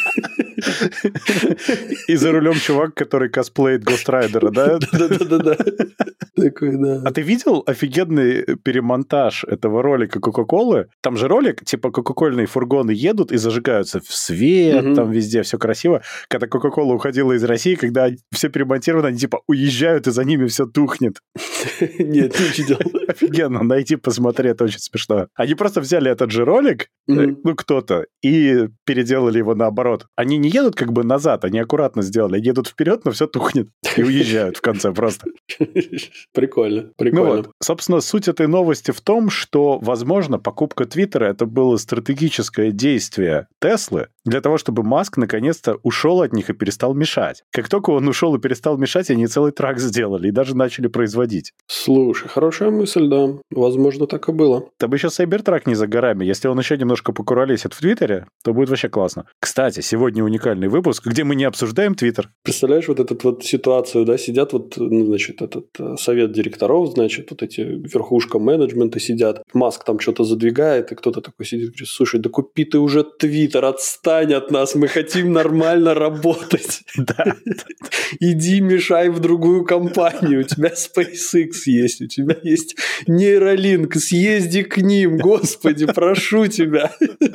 И за рулем чувак, который косплеит Гострайдера, да? Да-да-да. Такой, да. А ты видел офигенный перемонтаж этого ролика Кока-Колы? Там же ролик, типа, кока-кольные фургоны едут и зажигаются в свет, угу. там везде все красиво. Когда Кока-Кола уходила из России, когда все перемонтировано, они, типа, уезжают, и за ними все тухнет. Нет, не видел. Офигенно, найти, посмотри, это очень смешно. Они просто взяли этот же ролик, mm-hmm. ну, кто-то, и переделали его наоборот. Они не едут как бы назад, они аккуратно сделали, они едут вперед, но все тухнет, и уезжают в конце просто. Прикольно, прикольно. Ну вот, собственно, суть этой новости в том, что, возможно, покупка Твиттера — это было стратегическое действие Теслы для того, чтобы Маск наконец-то ушел от них и перестал мешать. Как только он ушел и перестал мешать, они целый трак сделали и даже начали производить. Слушай, хорошая мысль, да. Возможно, так и было. Там еще Cybertruck не за горами. Если он еще немножко покуролесит в Твиттере, то будет вообще классно. Кстати, сегодня уникальный выпуск, где мы не обсуждаем Твиттер. Представляешь вот эту вот ситуацию, да, сидят вот, ну, значит, этот совет директоров, значит, вот эти верхушка менеджмента сидят, Маск там что-то задвигает, и кто-то такой сидит и говорит, слушай, да купи ты уже Твиттер, отстань от нас, мы хотим нормально работать. Да. Иди мешай в другую компанию, у тебя SpaceX есть, у тебя есть Neuralink, съезди к ним, господи, прошу тебя.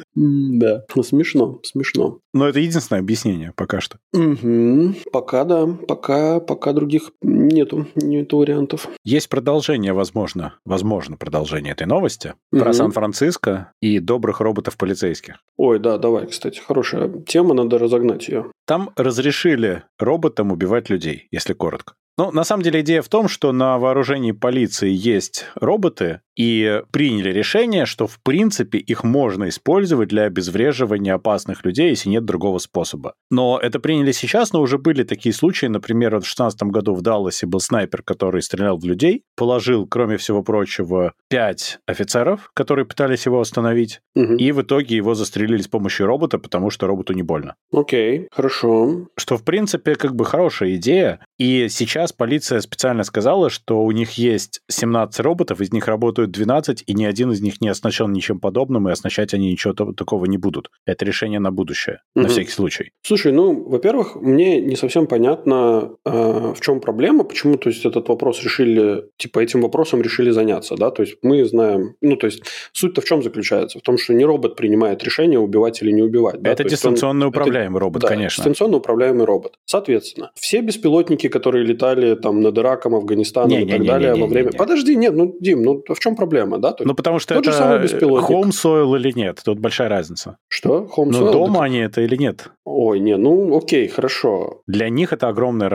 Да, смешно, смешно. Но это единственное объяснение пока что. Угу. Пока да, пока, пока других нету, нету вариантов. Есть продолжение, возможно, возможно продолжение этой новости угу. про Сан-Франциско и добрых роботов-полицейских. Ой, да, давай, кстати, хорошая тема, надо разогнать ее. Там разрешили роботам убивать людей, если коротко. Ну, на самом деле, идея в том, что на вооружении полиции есть роботы, и приняли решение, что, в принципе, их можно использовать для обезвреживания опасных людей, если нет другого способа. Но это приняли сейчас, но уже были такие случаи. Например, в две тысячи шестнадцатом году в Далласе был снайпер, который стрелял в людей, положил, кроме всего прочего, пять офицеров, которые пытались его остановить, угу. и в итоге его застрелили с помощью робота, потому что роботу не больно. Окей, хорошо. Что, в принципе, как бы хорошая идея. И сейчас полиция специально сказала, что у них есть семнадцать роботов, из них работают двенадцать, и ни один из них не оснащен ничем подобным, и оснащать они ничего такого не будут. Это решение на будущее, угу. на всякий случай. Слушай, ну, во-первых, мне не совсем понятно, э, в чем проблема, почему, то есть, этот вопрос решили, типа, этим вопросом решили заняться, да, то есть, мы знаем, ну, то есть, суть-то в чем заключается? В том, что не робот принимает решение, убивать или не убивать. Да? Это дистанционно он, управляемый это, робот, да, конечно. дистанционно управляемый робот. Соответственно, все беспилотники, которые летали там над Ираком, Афганистаном не, и не, так не, далее не, не, во время... Не, не. Подожди, нет, ну, Дим, ну, в чем проблема, да? То есть, ну, потому что тот это home soil или нет, тут большая разница. Что? Home ну, soil? дома так... они это или нет? Ой, не, ну, окей, хорошо. Для них это огромная разница.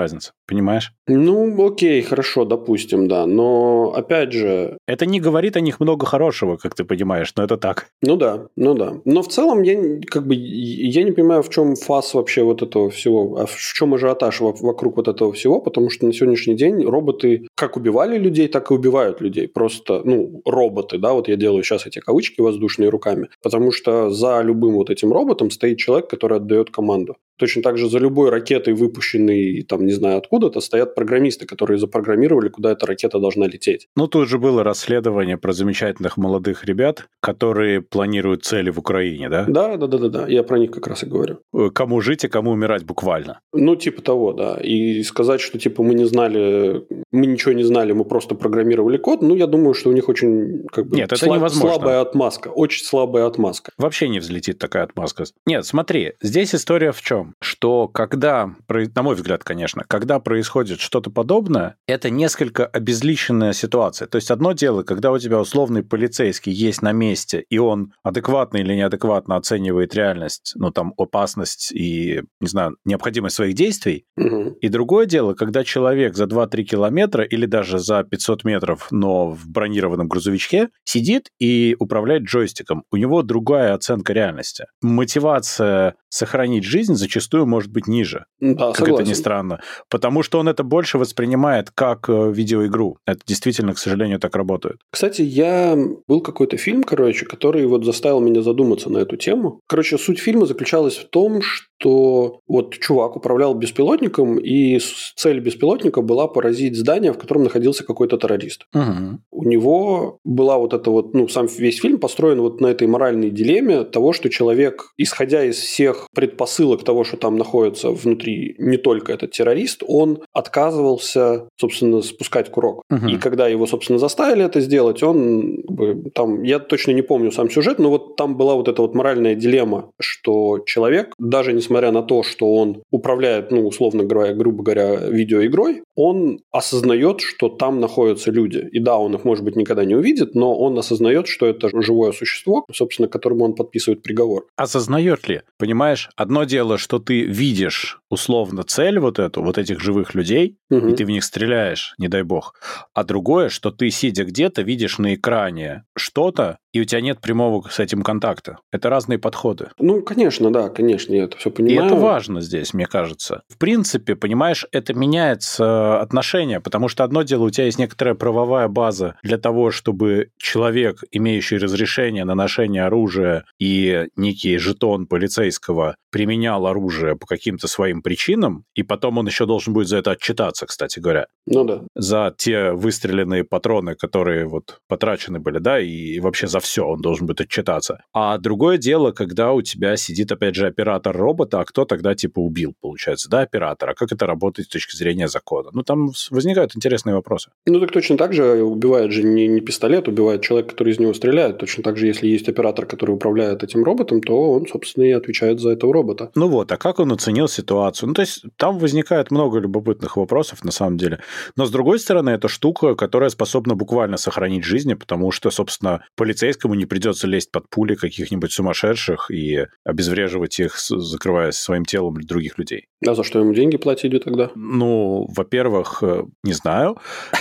понимаешь? Ну, окей, хорошо, допустим, да. Но, опять же... Это не говорит о них много хорошего, как ты понимаешь, но это так. Ну да, ну да. Но в целом я как бы я не понимаю, в чем фас вообще вот этого всего, а в чем ажиотаж вокруг вот этого всего, потому что на сегодняшний день роботы как убивали людей, так и убивают людей. Просто, ну, роботы, да, вот я делаю сейчас эти кавычки воздушные руками, потому что за любым вот этим роботом стоит человек, который отдает команду. Точно так же за любой ракетой, выпущенной, там, не знаю откуда-то, стоят программисты, которые запрограммировали, куда эта ракета должна лететь. Ну, тут же было расследование про замечательных молодых ребят, которые планируют цели в Украине, да? Да, да, да, да, да. Я про них как раз и говорю. Кому жить и кому умирать буквально. Ну, типа того, да. И сказать, что, типа, мы не знали, мы ничего не знали, мы просто программировали код, ну, я думаю, что у них очень, как бы, Нет, это слаб, невозможно. слабая отмазка. Очень слабая отмазка. Вообще не взлетит такая отмазка. Нет, смотри, здесь история в чем? Что когда, на мой взгляд, конечно, когда происходит что-то подобное, это несколько обезличенная ситуация. То есть одно дело, когда у тебя условный полицейский есть на месте, и он адекватно или неадекватно оценивает реальность, ну, там, опасность и, не знаю, необходимость своих действий. Угу. И другое дело, когда человек за два-три километра или даже за пятьсот метров, но в бронированном грузовичке, сидит и управляет джойстиком. У него другая оценка реальности. Мотивация сохранить жизнь зачастую может быть ниже, да, как согласен. это ни странно. Потому что он это больше воспринимает как видеоигру. Это действительно, к сожалению, так работает. Кстати, я... Был какой-то фильм, короче, который вот заставил меня задуматься на эту тему. Короче, суть фильма заключалась в том, что вот чувак управлял беспилотником, и цель беспилотника была поразить здание, в котором находился какой-то террорист. Угу. У него была вот эта вот... Ну, сам весь фильм построен вот на этой моральной дилемме того, что человек, исходя из всех предпосылок того, что там находится внутри не только этот террорист, он отказывался, собственно, спускать курок. Угу. И когда его, собственно, заставили это сделать, он как бы, там, я точно не помню сам сюжет, но вот там была вот эта вот моральная дилемма, что человек, даже несмотря на то, что он управляет, ну, условно говоря, грубо говоря, видеоигрой, он осознает, что там находятся люди. И да, он их, может быть, никогда не увидит, но он осознает, что это живое существо, собственно, которому он подписывает приговор. Осознает ли? Понимаешь, одно дело, что ты видишь условно цель вот эту, вот этих живых людей, угу. и ты в них стреляешь, не дай бог. А другое, что ты, сидя где-то, видишь на экране что-то, и у тебя нет прямого с этим контакта. Это разные подходы. Ну, конечно, да, конечно, я это все понимаю. И это важно здесь, мне кажется. В принципе, понимаешь, это меняется отношение, потому что одно дело, у тебя есть некоторая правовая база для того, чтобы человек, имеющий разрешение на ношение оружия и некий жетон полицейского, применял оружие по каким-то своим причинам, и потом он еще должен будет за это отчитаться, кстати говоря. Ну да. За те выстреленные патроны, которые вот потрачены были, да, и вообще за все он должен будет отчитаться. А другое дело, когда у тебя сидит, опять же, оператор робота, а кто тогда типа убил, получается, да, оператора? Как это работает с точки зрения закона? Ну, там возникают интересные вопросы. Ну, так точно так же убивает же не, не пистолет, убивает человек, который из него стреляет. Точно так же, если есть оператор, который управляет этим роботом, то он, собственно, и отвечает за этого робота. Ну вот, а как он оценил ситуацию? Ну, то есть, там возникает много любопытных вопросов, на самом деле. Но, с другой стороны, это штука, которая способна буквально сохранить жизни, потому что, собственно, полицейскому не придется лезть под пули каких-нибудь сумасшедших и обезвреживать их, закрываясь своим телом других людей. А за что ему деньги платили тогда? Ну, во-первых, не знаю.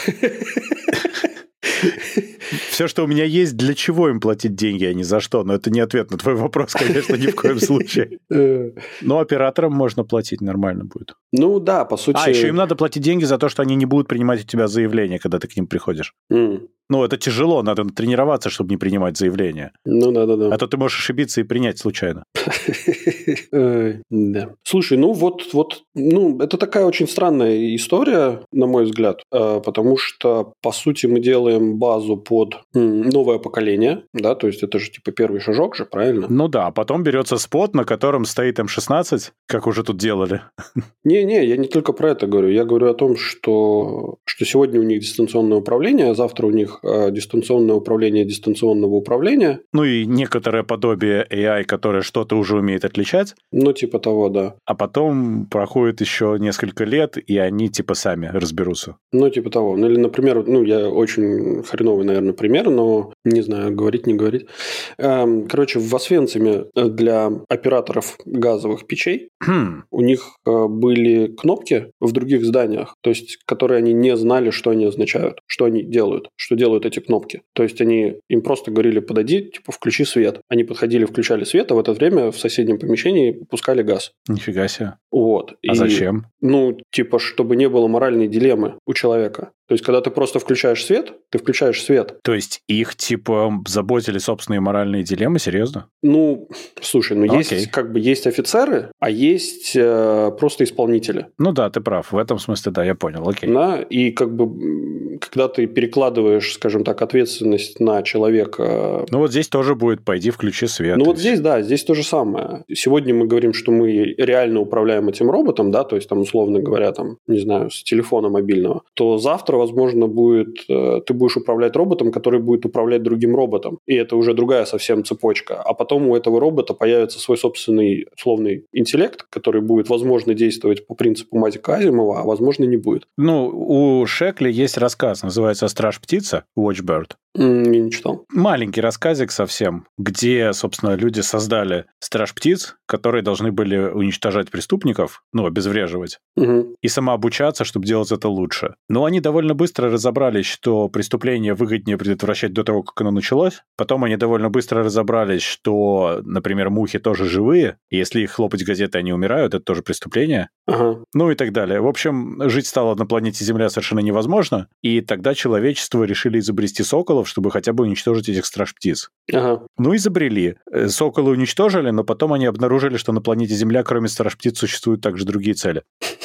Все, что у меня есть, для чего им платить деньги, а не за что? Но это не ответ на твой вопрос, конечно, ни в коем случае. Но операторам можно платить, нормально будет. Ну да, по сути... А, еще им надо платить деньги за то, что они не будут принимать у тебя заявление, когда ты к ним приходишь. Mm. Ну, это тяжело, надо тренироваться, чтобы не принимать заявления. Ну да-да-да. А то ты можешь ошибиться и принять случайно. Да. Слушай, ну вот, вот, ну, это такая очень странная история, на мой взгляд, потому что, по сути, мы делаем базу под новое поколение, да, то есть это же типа первый шажок же, правильно? Ну да, потом берется спот, на котором стоит эм шестнадцать, как уже тут делали. Не-не, я не только про это говорю, я говорю о том, что, что сегодня у них дистанционное управление, а завтра у них дистанционное управление дистанционного управления. Ну и некоторое подобие эй ай, которое что-то уже умеет отличать. Ну, типа того, да. А потом проходит еще несколько лет, и они типа сами разберутся. Ну, типа того. Ну, или, например, ну, я очень хреновый, наверное, пример, но не знаю, говорить, не говорить. Короче, в Освенциме для операторов газовых печей у них были поставили кнопки в других зданиях, то есть, которые они не знали, что они означают, что они делают, что делают эти кнопки. То есть, они им просто говорили, подойди, типа, включи свет. Они подходили, включали свет, а в это время в соседнем помещении пускали газ. Нифига себе. Вот. А И, зачем? Ну, типа, чтобы не было моральной дилеммы у человека. То есть, когда ты просто включаешь свет, ты включаешь свет. То есть, их, типа, заботили собственные моральные дилеммы? Серьезно? Ну, слушай, ну, Окей. есть, как бы, есть офицеры, а есть э, просто исполнители. Ну да, ты прав. В этом смысле, да, я понял. Окей. Да, и как бы, м, когда ты перекладываешь, скажем так, ответственность на человека... Ну вот здесь тоже будет «пойди включи свет». Ну и вот всё. здесь, да, здесь то же самое. Сегодня мы говорим, что мы реально управляем этим роботом, да, то есть там, условно говоря, там, не знаю, с телефона мобильного, то завтра, возможно, будет, э, ты будешь управлять роботом, который будет управлять другим роботом. И это уже другая совсем цепочка. А потом у этого робота появится свой собственный условный интеллект, который будет, возможно, действовать по принципу Мазика Азимова, а возможно, не будет. Ну, у Шекли есть рассказ, называется «Страж-птица», Watchbird. М, Я не читал. Маленький рассказик совсем, где, собственно, люди создали страж-птиц, которые должны были уничтожать преступников, ну, обезвреживать, Мгм. и самообучаться, чтобы делать это лучше. Но они довольно быстро разобрались, что преступление выгоднее предотвращать до того, как оно началось. Потом они довольно быстро разобрались, что, например, мухи тоже живые, и если их хлопать газетой, они умирают, это тоже преступление. Ага. Ну и так далее. В общем, жить стало на планете Земля совершенно невозможно, и тогда человечество решили изобрести соколов, чтобы хотя бы уничтожить этих страж-птиц. Ага. Ну, изобрели. Э, Соколы уничтожили, но потом они обнаружили, что на планете Земля, кроме страж-птиц, существуют также другие цели.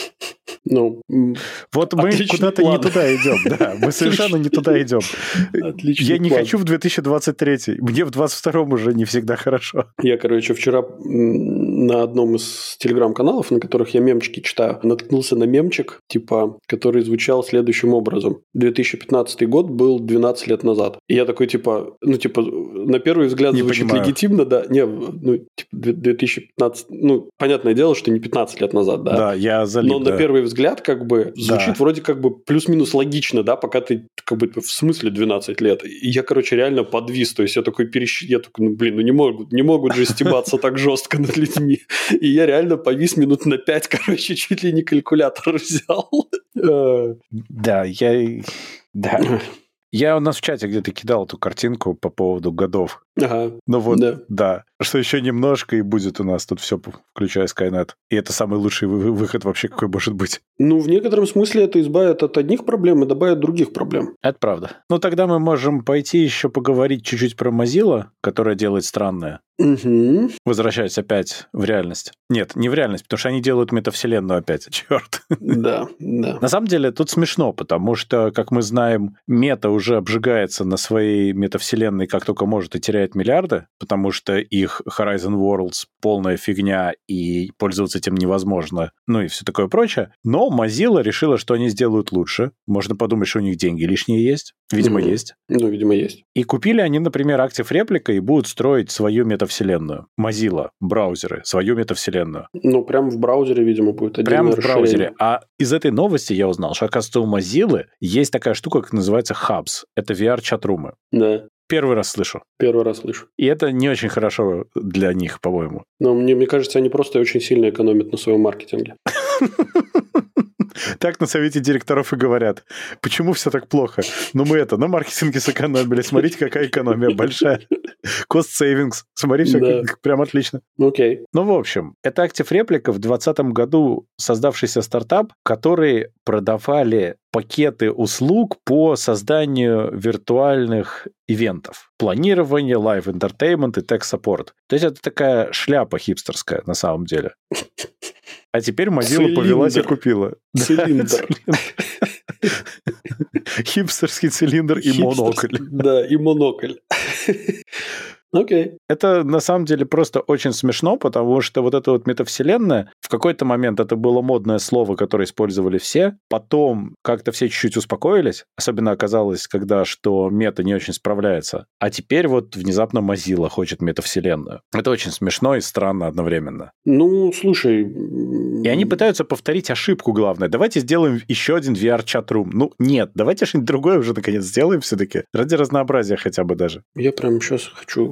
Ну, м, Вот мы Отличный куда-то план. не туда идем, да, мы совершенно не туда идем. Отличный Я не план. хочу в две тысячи двадцать третий, мне в двадцать втором уже не всегда хорошо. Я, короче, вчера м, на одном из телеграм-каналов, на которых я мемчики читаю, наткнулся на мемчик, типа, который звучал следующим образом. две тысячи пятнадцатый год был двенадцать лет назад. И я такой, типа, ну, типа, на первый взгляд Не звучит понимаю. легитимно, да. Не, ну, типа, две- 2015... Ну, понятное дело, что не пятнадцать лет назад, да. Да, я залип, Но да. на первый взгляд, как бы, звучит Да. вроде как бы плюс-минус логично, да, пока ты, как бы, в смысле двенадцать лет. И я, короче, реально подвис, то есть я такой перещ... Я такой, ну, блин, ну не могут, не могут же стебаться так жестко над людьми. И я реально повис минут на пять, короче, чуть ли не калькулятор взял. Э, Да, я... Да. Я у нас в чате где-то кидал эту картинку по поводу годов. Ага, Ну вот, да. да. Что еще немножко, и будет у нас тут все, включая Skynet. И это самый лучший вы- выход вообще, какой может быть. Ну, в некотором смысле это избавит от одних проблем и добавит других проблем. Это правда. Ну, тогда мы можем пойти еще поговорить чуть-чуть про Mozilla, которая делает странное. Угу. Возвращаясь опять в реальность. Нет, не в реальность, потому что они делают метавселенную опять. Черт. Да, да. На самом деле тут смешно, потому что, как мы знаем, мета уже обжигается на своей метавселенной как только может и теряет миллиарды, потому что их Horizon Worlds полная фигня и пользоваться этим невозможно, ну и все такое прочее. Но Mozilla решила, что они сделают лучше. Можно подумать, что у них деньги лишние есть. Видимо, Мгм. есть. Ну, видимо, есть. И купили они, например, Active Replica и будут строить свою метавселенную. Mozilla, браузеры, свою метавселенную. Ну, прямо в браузере, видимо, будет отдельное Прямо в расширение. браузере. А из этой новости я узнал, что, оказывается, у Mozilla есть такая штука, как называется Hubs. Это ви ар-чат-румы. Да, Первый раз слышу. первый раз слышу. И это не очень хорошо для них, по-моему. Но мне, мне кажется, они просто очень сильно экономят на своем маркетинге. Так на совете директоров и говорят. Почему все так плохо? Ну, мы это, на маркетинге сэкономили. Смотрите, какая экономия большая. Cost savings. Смотри, все Да. прям отлично. Окей. Ну, в общем, это Active Replica в двадцатом году создавшийся стартап, который продавали пакеты услуг по созданию виртуальных ивентов. Планирование, live entertainment и tech support. То есть это такая шляпа хипстерская на самом деле. А теперь Mozilla Цилиндр. повелась и купила. Да, Цилиндр. цилиндр. Хипстерский цилиндр и Хипстерский- монокль. Да, и монокль. Окей. Это на самом деле просто очень смешно, потому что вот эта вот метавселенная, в какой-то момент это было модное слово, которое использовали все, потом как-то все чуть-чуть успокоились, особенно оказалось, когда что мета не очень справляется, а теперь вот внезапно Mozilla хочет метавселенную. Это очень смешно и странно одновременно. Ну, слушай... И они пытаются повторить ошибку, главное. Давайте сделаем еще один ви ар-чат-рум. Ну, нет, давайте что-нибудь другое уже наконец сделаем все-таки. Ради разнообразия хотя бы даже. Я прям сейчас хочу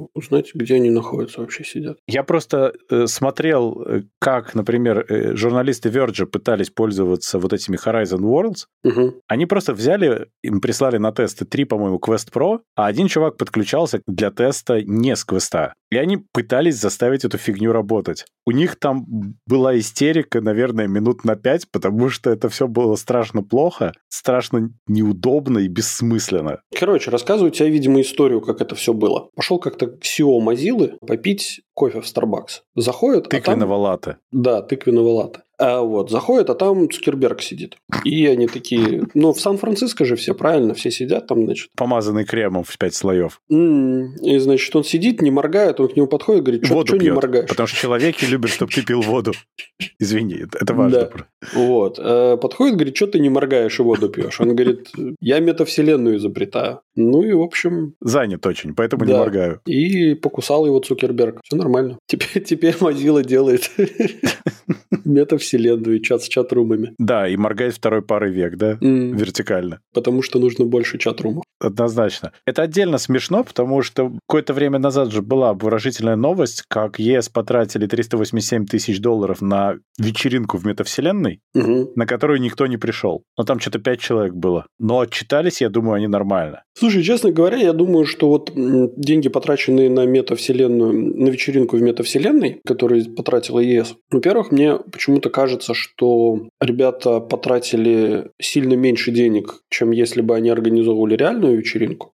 узнать, где они находятся, вообще сидят. Я просто э, смотрел, как, например, э, журналисты Verge пытались пользоваться вот этими Horizon Worlds. Угу. Они просто взяли, им прислали на тесты три, по-моему, Quest Pro, а один чувак подключался для теста не с квеста. И они пытались заставить эту фигню работать. У них там была истерика, наверное, минут на пять, потому что это все было страшно плохо, страшно неудобно и бессмысленно. Короче, рассказываю тебе, видимо, историю, как это все было. Пошел как-то си и о Mozilla попить кофе в Starbucks. Заходит, Тыквенного а там... латте. Да, тыквенного латте. А вот, заходит, а там Цукерберг сидит. И они такие... Ну, в Сан-Франциско же все, правильно? Все сидят там, значит. Помазанный кремом в пять слоев. М-м, и, значит, он сидит, не моргает, он к нему подходит, говорит, что не моргаешь? Потому что человеки любят, чтобы ты пил воду. Извини, это важно. Да. Вот. Подходит, говорит, что ты не моргаешь и воду пьешь? Он говорит, я метавселенную изобретаю. Ну и, в общем... Занят очень, поэтому да. не моргаю. И покусал его Цукерберг. Все нормально. Теперь, теперь Mozilla делает метавселенную, чат с чат-румами. Да, и моргает второй парой век, да? Mm. Вертикально. Потому что нужно больше чат-румов. Однозначно. Это отдельно смешно, потому что какое-то время назад же была обворожительная новость, как ЕС потратили триста восемьдесят семь тысяч долларов на вечеринку в метавселенной, угу. на которую никто не пришел. Но там что-то пять человек было. Но отчитались, я думаю, они нормально. Слушай, честно говоря, я думаю, что вот деньги, потраченные на метавселенную, на вечеринку в метавселенной, которую потратила ЕС, во-первых, мне почему-то кажется, что ребята потратили сильно меньше денег, чем если бы они организовывали реальную вечеринку.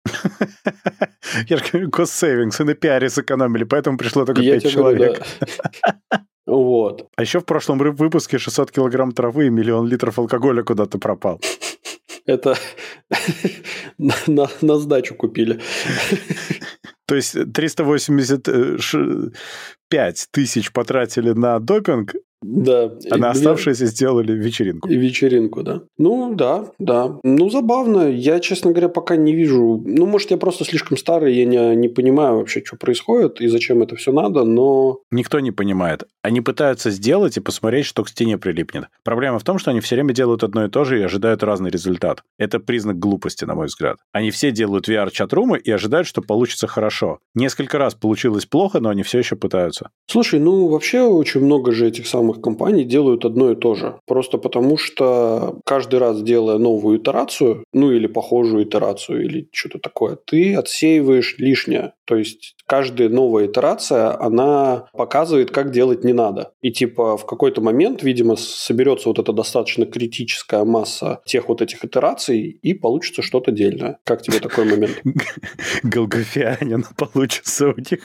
Я же говорю, cost savings, и на пиаре сэкономили, поэтому пришло только пять человек. Вот. А еще в прошлом выпуске шестьсот килограмм травы и миллион литров алкоголя куда-то пропал. Это на, на, на сдачу купили. То есть триста восемьдесят пять тысяч потратили на допинг, да. А на оставшиеся сделали вечеринку. Вечеринку, да. Ну, да, да. Ну, забавно. Я, честно говоря, пока не вижу... Ну, может, я просто слишком старый, я не, не понимаю вообще, что происходит и зачем это все надо, но... Никто не понимает. Они пытаются сделать и посмотреть, что к стене прилипнет. Проблема в том, что они все время делают одно и то же и ожидают разный результат. Это признак глупости, на мой взгляд. Они все делают ви ар-чат-румы и ожидают, что получится хорошо. Несколько раз получилось плохо, но они все еще пытаются. Слушай, ну, вообще очень много же этих самых компаний делают одно и то же. Просто потому, что каждый раз, делая новую итерацию, ну или похожую итерацию, или что-то такое, ты отсеиваешь лишнее. То есть каждая новая итерация, она показывает, как делать не надо. И типа в какой-то момент, видимо, соберется вот эта достаточно критическая масса тех вот этих итераций, и получится что-то дельное. Как тебе такой момент? Голгофианин получится у них.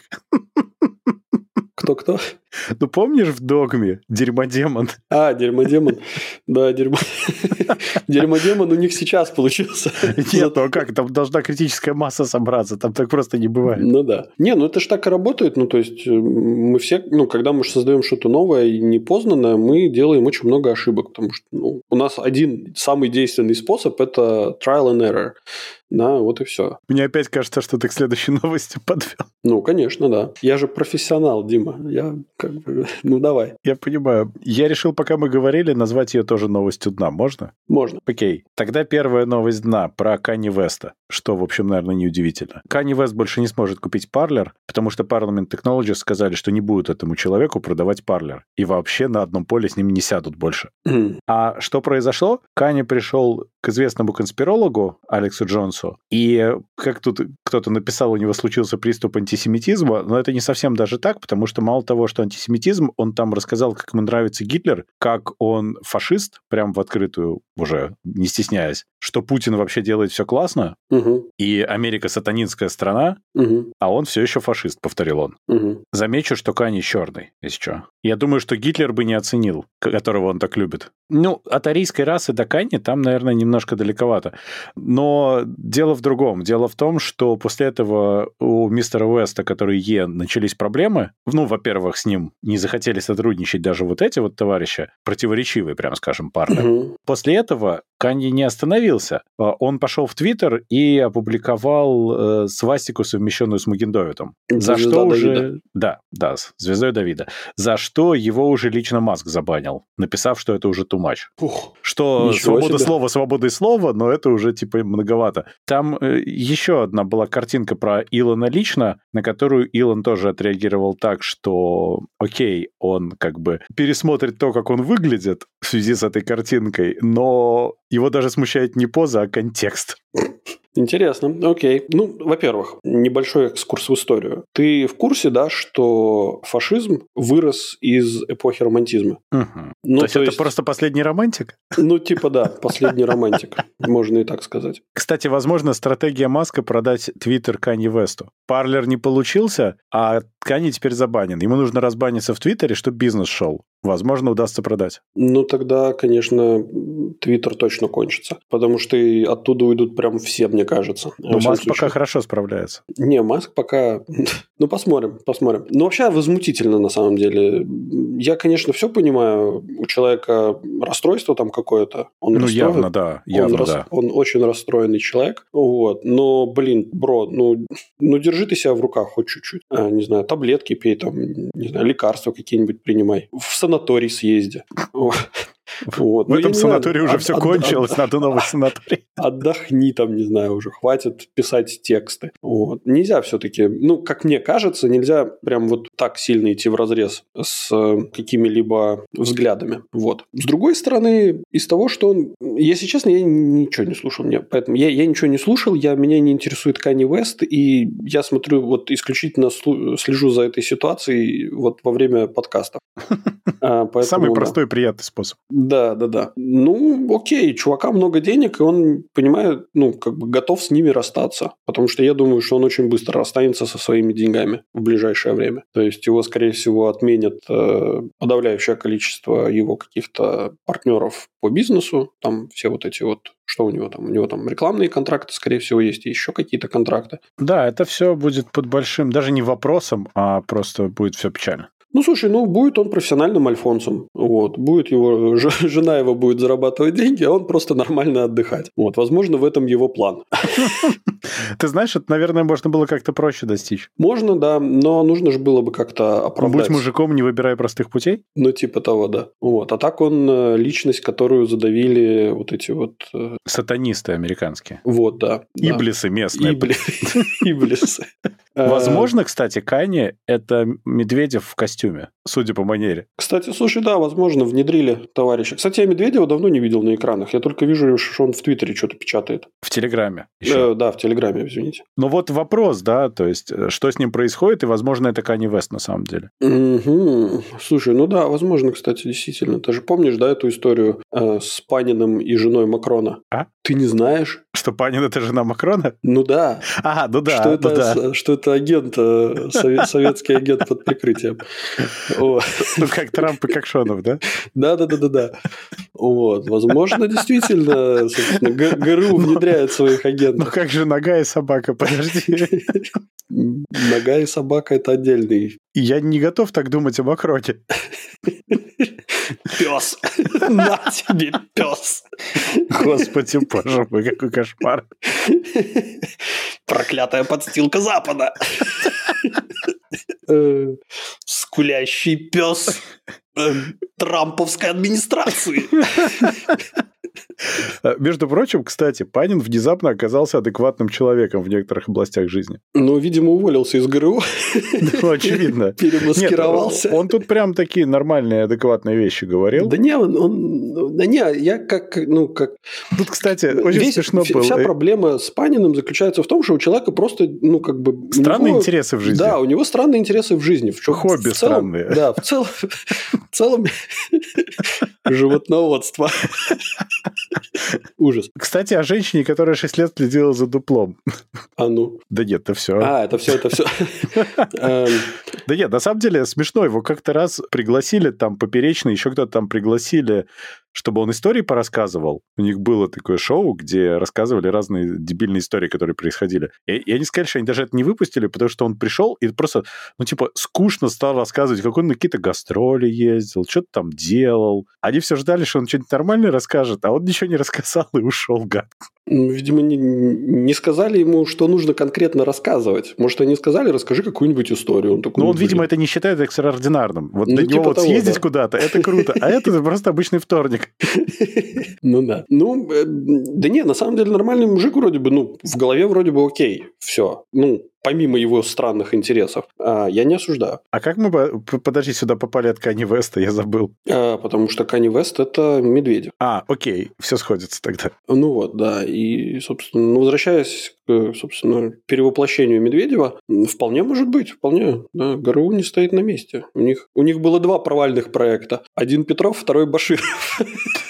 Кто-кто? Ну, помнишь в «Догме» дерьмодемон? А, дерьмодемон. Да, дерьмо... дерьмодемон у них сейчас получился. Нет, ну как, там должна критическая масса собраться, там так просто не бывает. Ну да. Не, ну это ж так и работает, ну то есть мы все, ну когда мы создаем что-то новое и непознанное, мы делаем очень много ошибок, потому что ну, у нас один самый действенный способ – это trial and error. Да, вот и все. Мне опять кажется, что ты к следующей новости подвел. Ну, конечно, да. Я же профессионал, Дима. Я как бы... Ну, давай. Я понимаю. Я решил, пока мы говорили, назвать ее тоже новостью дна. Можно? Можно. Окей. Тогда первая новость дна про Канье Веста. Что, в общем, наверное, неудивительно. Канье Вест больше не сможет купить Parler, потому что Parliament Technologies сказали, что не будут этому человеку продавать Parler. И вообще на одном поле с ним не сядут больше. Mm. А что произошло? Канье пришел к известному конспирологу Алексу Джонсу, и как тут кто-то написал, у него случился приступ антисемитизма, но это не совсем даже так, потому что мало того, что антисемитизм, он там рассказал, как ему нравится Гитлер, как он фашист, прям в открытую уже, не стесняясь, что Путин вообще делает все классно, угу. и Америка сатанинская страна, угу. а он все еще фашист, повторил он. Угу. Замечу, что Канье черный, если что. Я думаю, что Гитлер бы не оценил, которого он так любит. Ну, от арийской расы до Канье там, наверное, немножко далековато. Но дело в другом. Дело в том, что после этого у мистера Уэста, который Е, начались проблемы. Ну, во-первых, с ним не захотели сотрудничать даже вот эти вот товарищи, противоречивые, прям скажем, парни. Угу. После этого Канье не остановился. Он пошел в Твиттер и опубликовал э, свастику, совмещенную с Мугендовитом. За Звезда что уже... Давида. Да, да, с звездой Давида. За что его уже лично Маск забанил, написав, что это уже too much. Ух, что ничего свобода себе. слова, свобода слова, но это уже типа многовато. Там э, еще одна была картинка про Илона лично, на которую Илон тоже отреагировал так, что окей, он как бы пересмотрит то, как он выглядит в связи с этой картинкой, но его даже смущает не поза, а контекст. Интересно, окей. Ну, во-первых, небольшой экскурс в историю. Ты в курсе, да, что фашизм вырос из эпохи романтизма? Угу. Ну, то есть то это есть... просто последний романтик? Ну, типа да, последний романтик, можно и так сказать. Кстати, возможно, стратегия Маска продать Твиттер Канье Весту. Парлер не получился, а Канье теперь забанен. Ему нужно разбаниться в Твиттере, чтобы бизнес шел. Возможно, удастся продать. Ну, тогда, конечно, Твиттер точно кончится. Потому что и оттуда уйдут прям все, мне кажется. Но Маск пока хорошо справляется. Не, Маск пока... Ну, посмотрим, посмотрим. Ну, вообще, возмутительно, на самом деле. Я, конечно, все понимаю. У человека расстройство там какое-то. Он ну, расстроен. явно, да. Явно, он, рас... да. он очень расстроенный человек. Вот. Но, блин, бро, ну, ну, держи ты себя в руках хоть чуть-чуть. А, не знаю, таблетки пей, там, не знаю, лекарства какие-нибудь принимай. В санаторий съезди. Вот. В ну, этом санатории знаю, уже от, все от, кончилось, от, надо новый санаторий. Отдохни там, не знаю, уже хватит писать тексты. Вот. Нельзя все-таки, ну, как мне кажется, нельзя прям вот так сильно идти вразрез с какими-либо взглядами. Вот. С другой стороны, из того, что он... Если честно, я ничего не слушал. Мне, поэтому я, я ничего не слушал, я, меня не интересует Канье Уэст, и я смотрю, вот исключительно слежу за этой ситуацией вот во время подкастов. А, поэтому, Самый да. простой и приятный способ. Да, да, да. Ну, окей, чувака много денег, и он, понимает, ну, как бы готов с ними расстаться. Потому что я думаю, что он очень быстро расстанется со своими деньгами в ближайшее время. То есть его, скорее всего, отменят э, подавляющее количество его каких-то партнеров по бизнесу. Там все вот эти вот... Что у него там? У него там рекламные контракты, скорее всего, есть, и еще какие-то контракты. Да, это все будет под большим, даже не вопросом, а просто будет все печально. Ну, слушай, ну, будет он профессиональным альфонсом. Вот. Будет его, жена его будет зарабатывать деньги, а он просто нормально отдыхать. Вот. Возможно, в этом его план. Ты знаешь, это, наверное, можно было как-то проще достичь. Можно, да, но нужно же было бы как-то оправдать. Будь мужиком, не выбирай простых путей? Ну, типа того, да. Вот. А так он личность, которую задавили вот эти вот... Сатанисты американские. Вот, да. Иблисы местные. Иблисы. Возможно, кстати, Канье – это Медведев в костюме, судя по манере. Кстати, слушай, да, возможно, внедрили товарища. Кстати, я Медведева давно не видел на экранах. Я только вижу, что он в Твиттере что-то печатает. В Телеграме еще. Э, да, в Телеграме, извините. Но вот вопрос, да, то есть, что с ним происходит, и, возможно, это Канье Вест на самом деле. Угу. Слушай, ну да, возможно, кстати, действительно. Ты же помнишь, да, эту историю э, с Паниным и женой Макрона? А? Ты не знаешь? Что Панин – это жена Макрона? Ну да. А, ну да, что, ну это, да. что это агент, совет, советский агент под прикрытием. Ну, как Трамп и как Шонов, да? Да-да-да-да-да. Вот. Возможно, действительно, собственно, ГРУ внедряет своих агентов. Ну, как же нога и собака, подожди. Нога и собака – это отдельный. Я не готов так думать о Макроне. Пес. На тебе, пес. Господи, боже мой, какой кошмар. Проклятая подстилка Запада. Скулящий пес трамповской администрации. Между прочим, кстати, Панин внезапно оказался адекватным человеком в некоторых областях жизни. Ну, видимо, уволился из ГРУ. Ну, очевидно. Перемаскировался. Нет, он тут прям такие нормальные, адекватные вещи говорил. Да не, он... он да не, я как... Ну, как... Тут, кстати, очень Весь, смешно было. Вся проблема с Паниным заключается в том, что у человека просто, ну, как бы... Странные него, интересы в жизни. Да, у него странные интересы в жизни. В чем, Хобби в целом, странные. Да, в целом... В целом... Животноводство. Ужас. Кстати, о женщине, которая шесть лет следила за дуплом. А ну? Да нет, это все. А, это все, это все. Да нет, на самом деле смешно. Его как-то раз пригласили, там, Поперечный, еще кто-то там пригласили, чтобы он истории порассказывал. У них было такое шоу, где рассказывали разные дебильные истории, которые происходили. И, и они сказали, что они даже это не выпустили, потому что он пришел и просто, ну, типа, скучно стал рассказывать, как он на какие-то гастроли ездил, что-то там делал. Они все ждали, что он что-нибудь нормальное расскажет, а он ничего не рассказал и ушел, гад. Видимо, не, не сказали ему, что нужно конкретно рассказывать. Может, они сказали, расскажи какую-нибудь историю. Он такой, ну, он, блин. видимо, это не считает экстраординарным. Вот Ну, для типа него вот того, съездить да. куда-то, это круто, а это просто обычный вторник. Ну да. Ну, э, да не, на самом деле нормальный мужик вроде бы, ну, в голове вроде бы окей, все. Ну, помимо его странных интересов. А, я не осуждаю. А как мы, по- подожди, сюда попали от Канье Веста, я забыл. А, потому что Канье Вест – это Медведев. А, окей, все сходится тогда. Ну вот, да. И, собственно, ну, возвращаясь к, собственно, перевоплощению Медведева, вполне может быть, вполне. Да, ГРУ не стоит на месте. У них, у них было два провальных проекта. Один Петров, второй Баширов.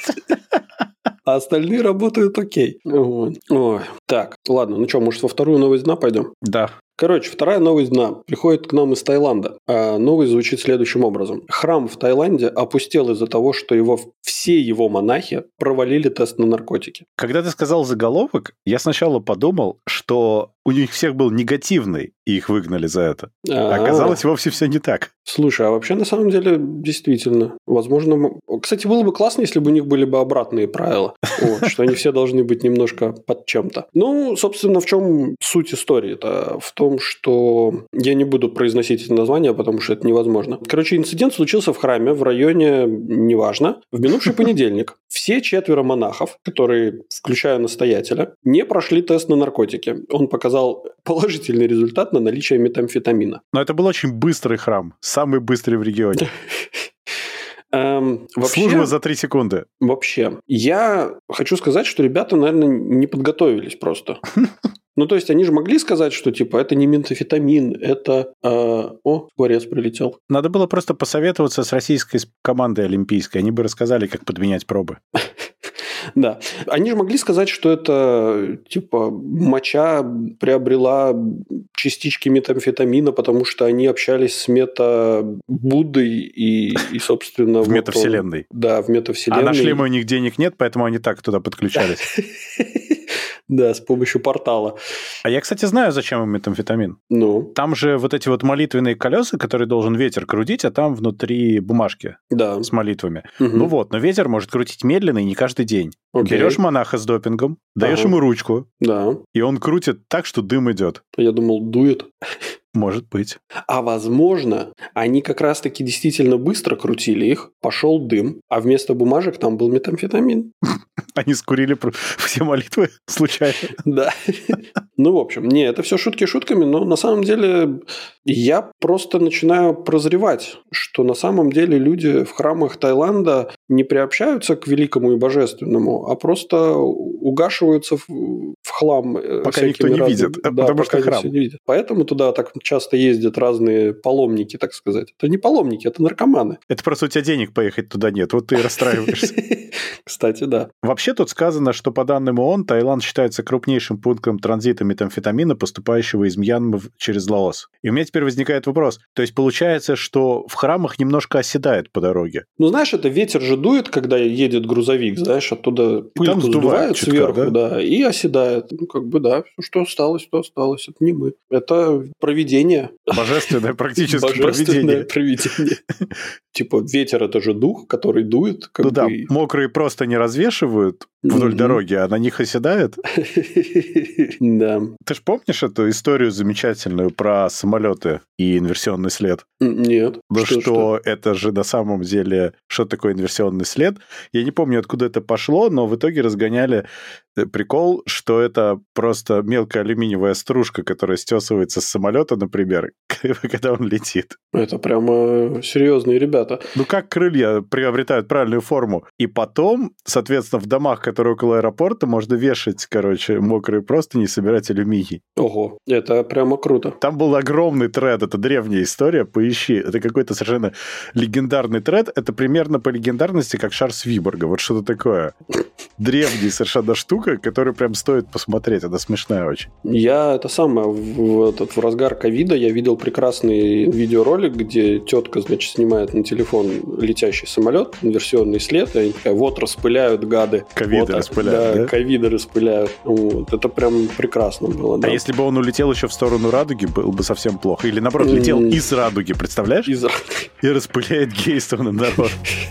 А остальные работают окей. Вот. Ой. Так, ладно, ну что, может, во вторую новость дна пойдем? Да. Короче, вторая новость дна приходит к нам из Таиланда. А новость звучит следующим образом. Храм в Таиланде опустел из-за того, что его, все его монахи провалили тест на наркотики. Когда ты сказал заголовок, я сначала подумал, что у них всех был негативный, и их выгнали за это. А оказалось, вовсе все не так. Слушай, а вообще, на самом деле, действительно, возможно... Кстати, было бы классно, если бы у них были бы обратные правила, вот, что они все должны быть немножко под чем-то. Ну, собственно, в чем суть истории-то? В том, что... Я не буду произносить эти названия, потому что это невозможно. Короче, инцидент случился в храме в районе, неважно, в минувший понедельник. Все четверо монахов, которые, включая настоятеля, не прошли тест на наркотики. Он показал положительный результат на наличие метамфетамина. Но это был очень быстрый храм, самый быстрый в регионе. Эм, вообще, Служба за три секунды. Вообще, я хочу сказать, что ребята, наверное, не подготовились просто. Ну, то есть, они же могли сказать, что, типа, это не метамфетамин, это... Э, о, скворец прилетел. Надо было просто посоветоваться с российской командой олимпийской. Они бы рассказали, как подменять пробы. Да. Они же могли сказать, что это, типа, моча приобрела частички метамфетамина, потому что они общались с мета-Буддой и, и собственно... В метавселенной. Да, в метавселенной. А нашли мы, у них денег нет, поэтому они так туда подключались. Да, с помощью портала. А я, кстати, знаю, зачем им метамфетамин. Ну? Там же вот эти вот молитвенные колеса, которые должен ветер крутить, а там внутри бумажки да. с молитвами. Угу. Ну вот, но ветер может крутить медленно и не каждый день. Окей. Берешь монаха с допингом, даешь ага. ему ручку, да. и он крутит так, что дым идет. Я думал, дует. Может быть. А возможно, они как раз-таки действительно быстро крутили их, пошел дым, а вместо бумажек там был метамфетамин. Они скурили все молитвы случайно. Да. Ну, в общем, не, это все шутки шутками, но на самом деле я просто начинаю прозревать, что на самом деле люди в храмах Таиланда не приобщаются к великому и божественному, а просто угашиваются в, в хлам. Пока никто не разными, видит, да, потому что храм. Не видит. Поэтому туда так часто ездят разные паломники, так сказать. Это не паломники, это наркоманы. Это просто у тебя денег поехать туда нет, вот ты и расстраиваешься. Кстати, да. Вообще тут сказано, что по данным ООН, Таиланд считается крупнейшим пунктом транзита метамфетамина, поступающего из Мьянмы через Лаос. И у меня теперь возникает вопрос. То есть получается, что в храмах немножко оседает по дороге? Ну, знаешь, это ветер же дует, когда едет грузовик, знаешь, оттуда пыльку сдувает чутка, сверху, да? да, и оседает. Ну, как бы, да, что осталось, то осталось. Это не мы. Это провидение. Божественное практически Божественное провидение. Типа, ветер – это же дух, который дует. Ну да, мокрые просто не развешивают вдоль дороги, а на них оседает. Да. Ты ж помнишь эту историю замечательную про самолеты и инверсионный след? Нет. Ну что, что это же на самом деле, что такое инверсионный след? Я не помню, откуда это пошло, но в итоге разгоняли прикол, что это просто мелкая алюминиевая стружка, которая стесывается с самолета, например, когда он летит. Это прямо серьезные ребята. Ну как крылья приобретают правильную форму? И потом, соответственно, в домах, которые около аэропорта, можно вешать, короче, мокрые простыни и собирать алюминий. Ого, это прямо круто. Там был огромный тред, это древняя история, поищи. Это какой-то совершенно легендарный тред. Это примерно по легендарности, как шар Свиборга, вот что-то такое. древняя совершенно штука, которую прям стоит посмотреть. Она смешная очень. Я это самое, в, этот, в разгар ковида я видел прекрасный видеоролик, где тетка, значит, снимает на телефон летящий самолет, инверсионный след, и они такая, вот, распыляют гады. Ковиды вот, распыляют, да? да? Ковиды распыляют. Вот. Это прям прекрасно было, да. А если бы он улетел еще в сторону радуги, было бы совсем плохо. Или, наоборот, летел mm. из радуги, представляешь? Из радуги. И распыляет гейстов на народ.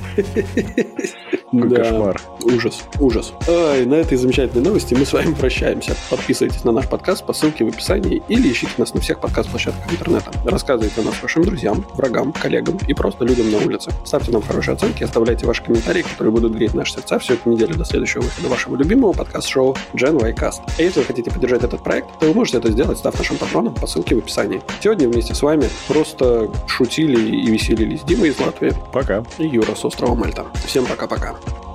Какой да. кошмар. Ужас, ужас. Ай, на этой замечательной новости мы с вами прощаемся. Подписывайтесь на наш подкаст по ссылке в описании или ищите нас на всех подкаст-площадках интернета. Рассказывайте о нас вашим друзьям, врагам, коллегам и просто людям на улице. Ставьте нам хорошие оценки, оставляйте ваши комментарии, которые будут греть наши сердца всю эту неделю до следующего выхода вашего любимого подкаст-шоу Gen Y Cast. А если вы хотите поддержать этот проект, то вы можете это сделать, став нашим патроном по ссылке в описании. Сегодня вместе с вами просто шутили и веселились Дима из Латвии. Пока. И Юра с острова Мальта. Всем пока-пока.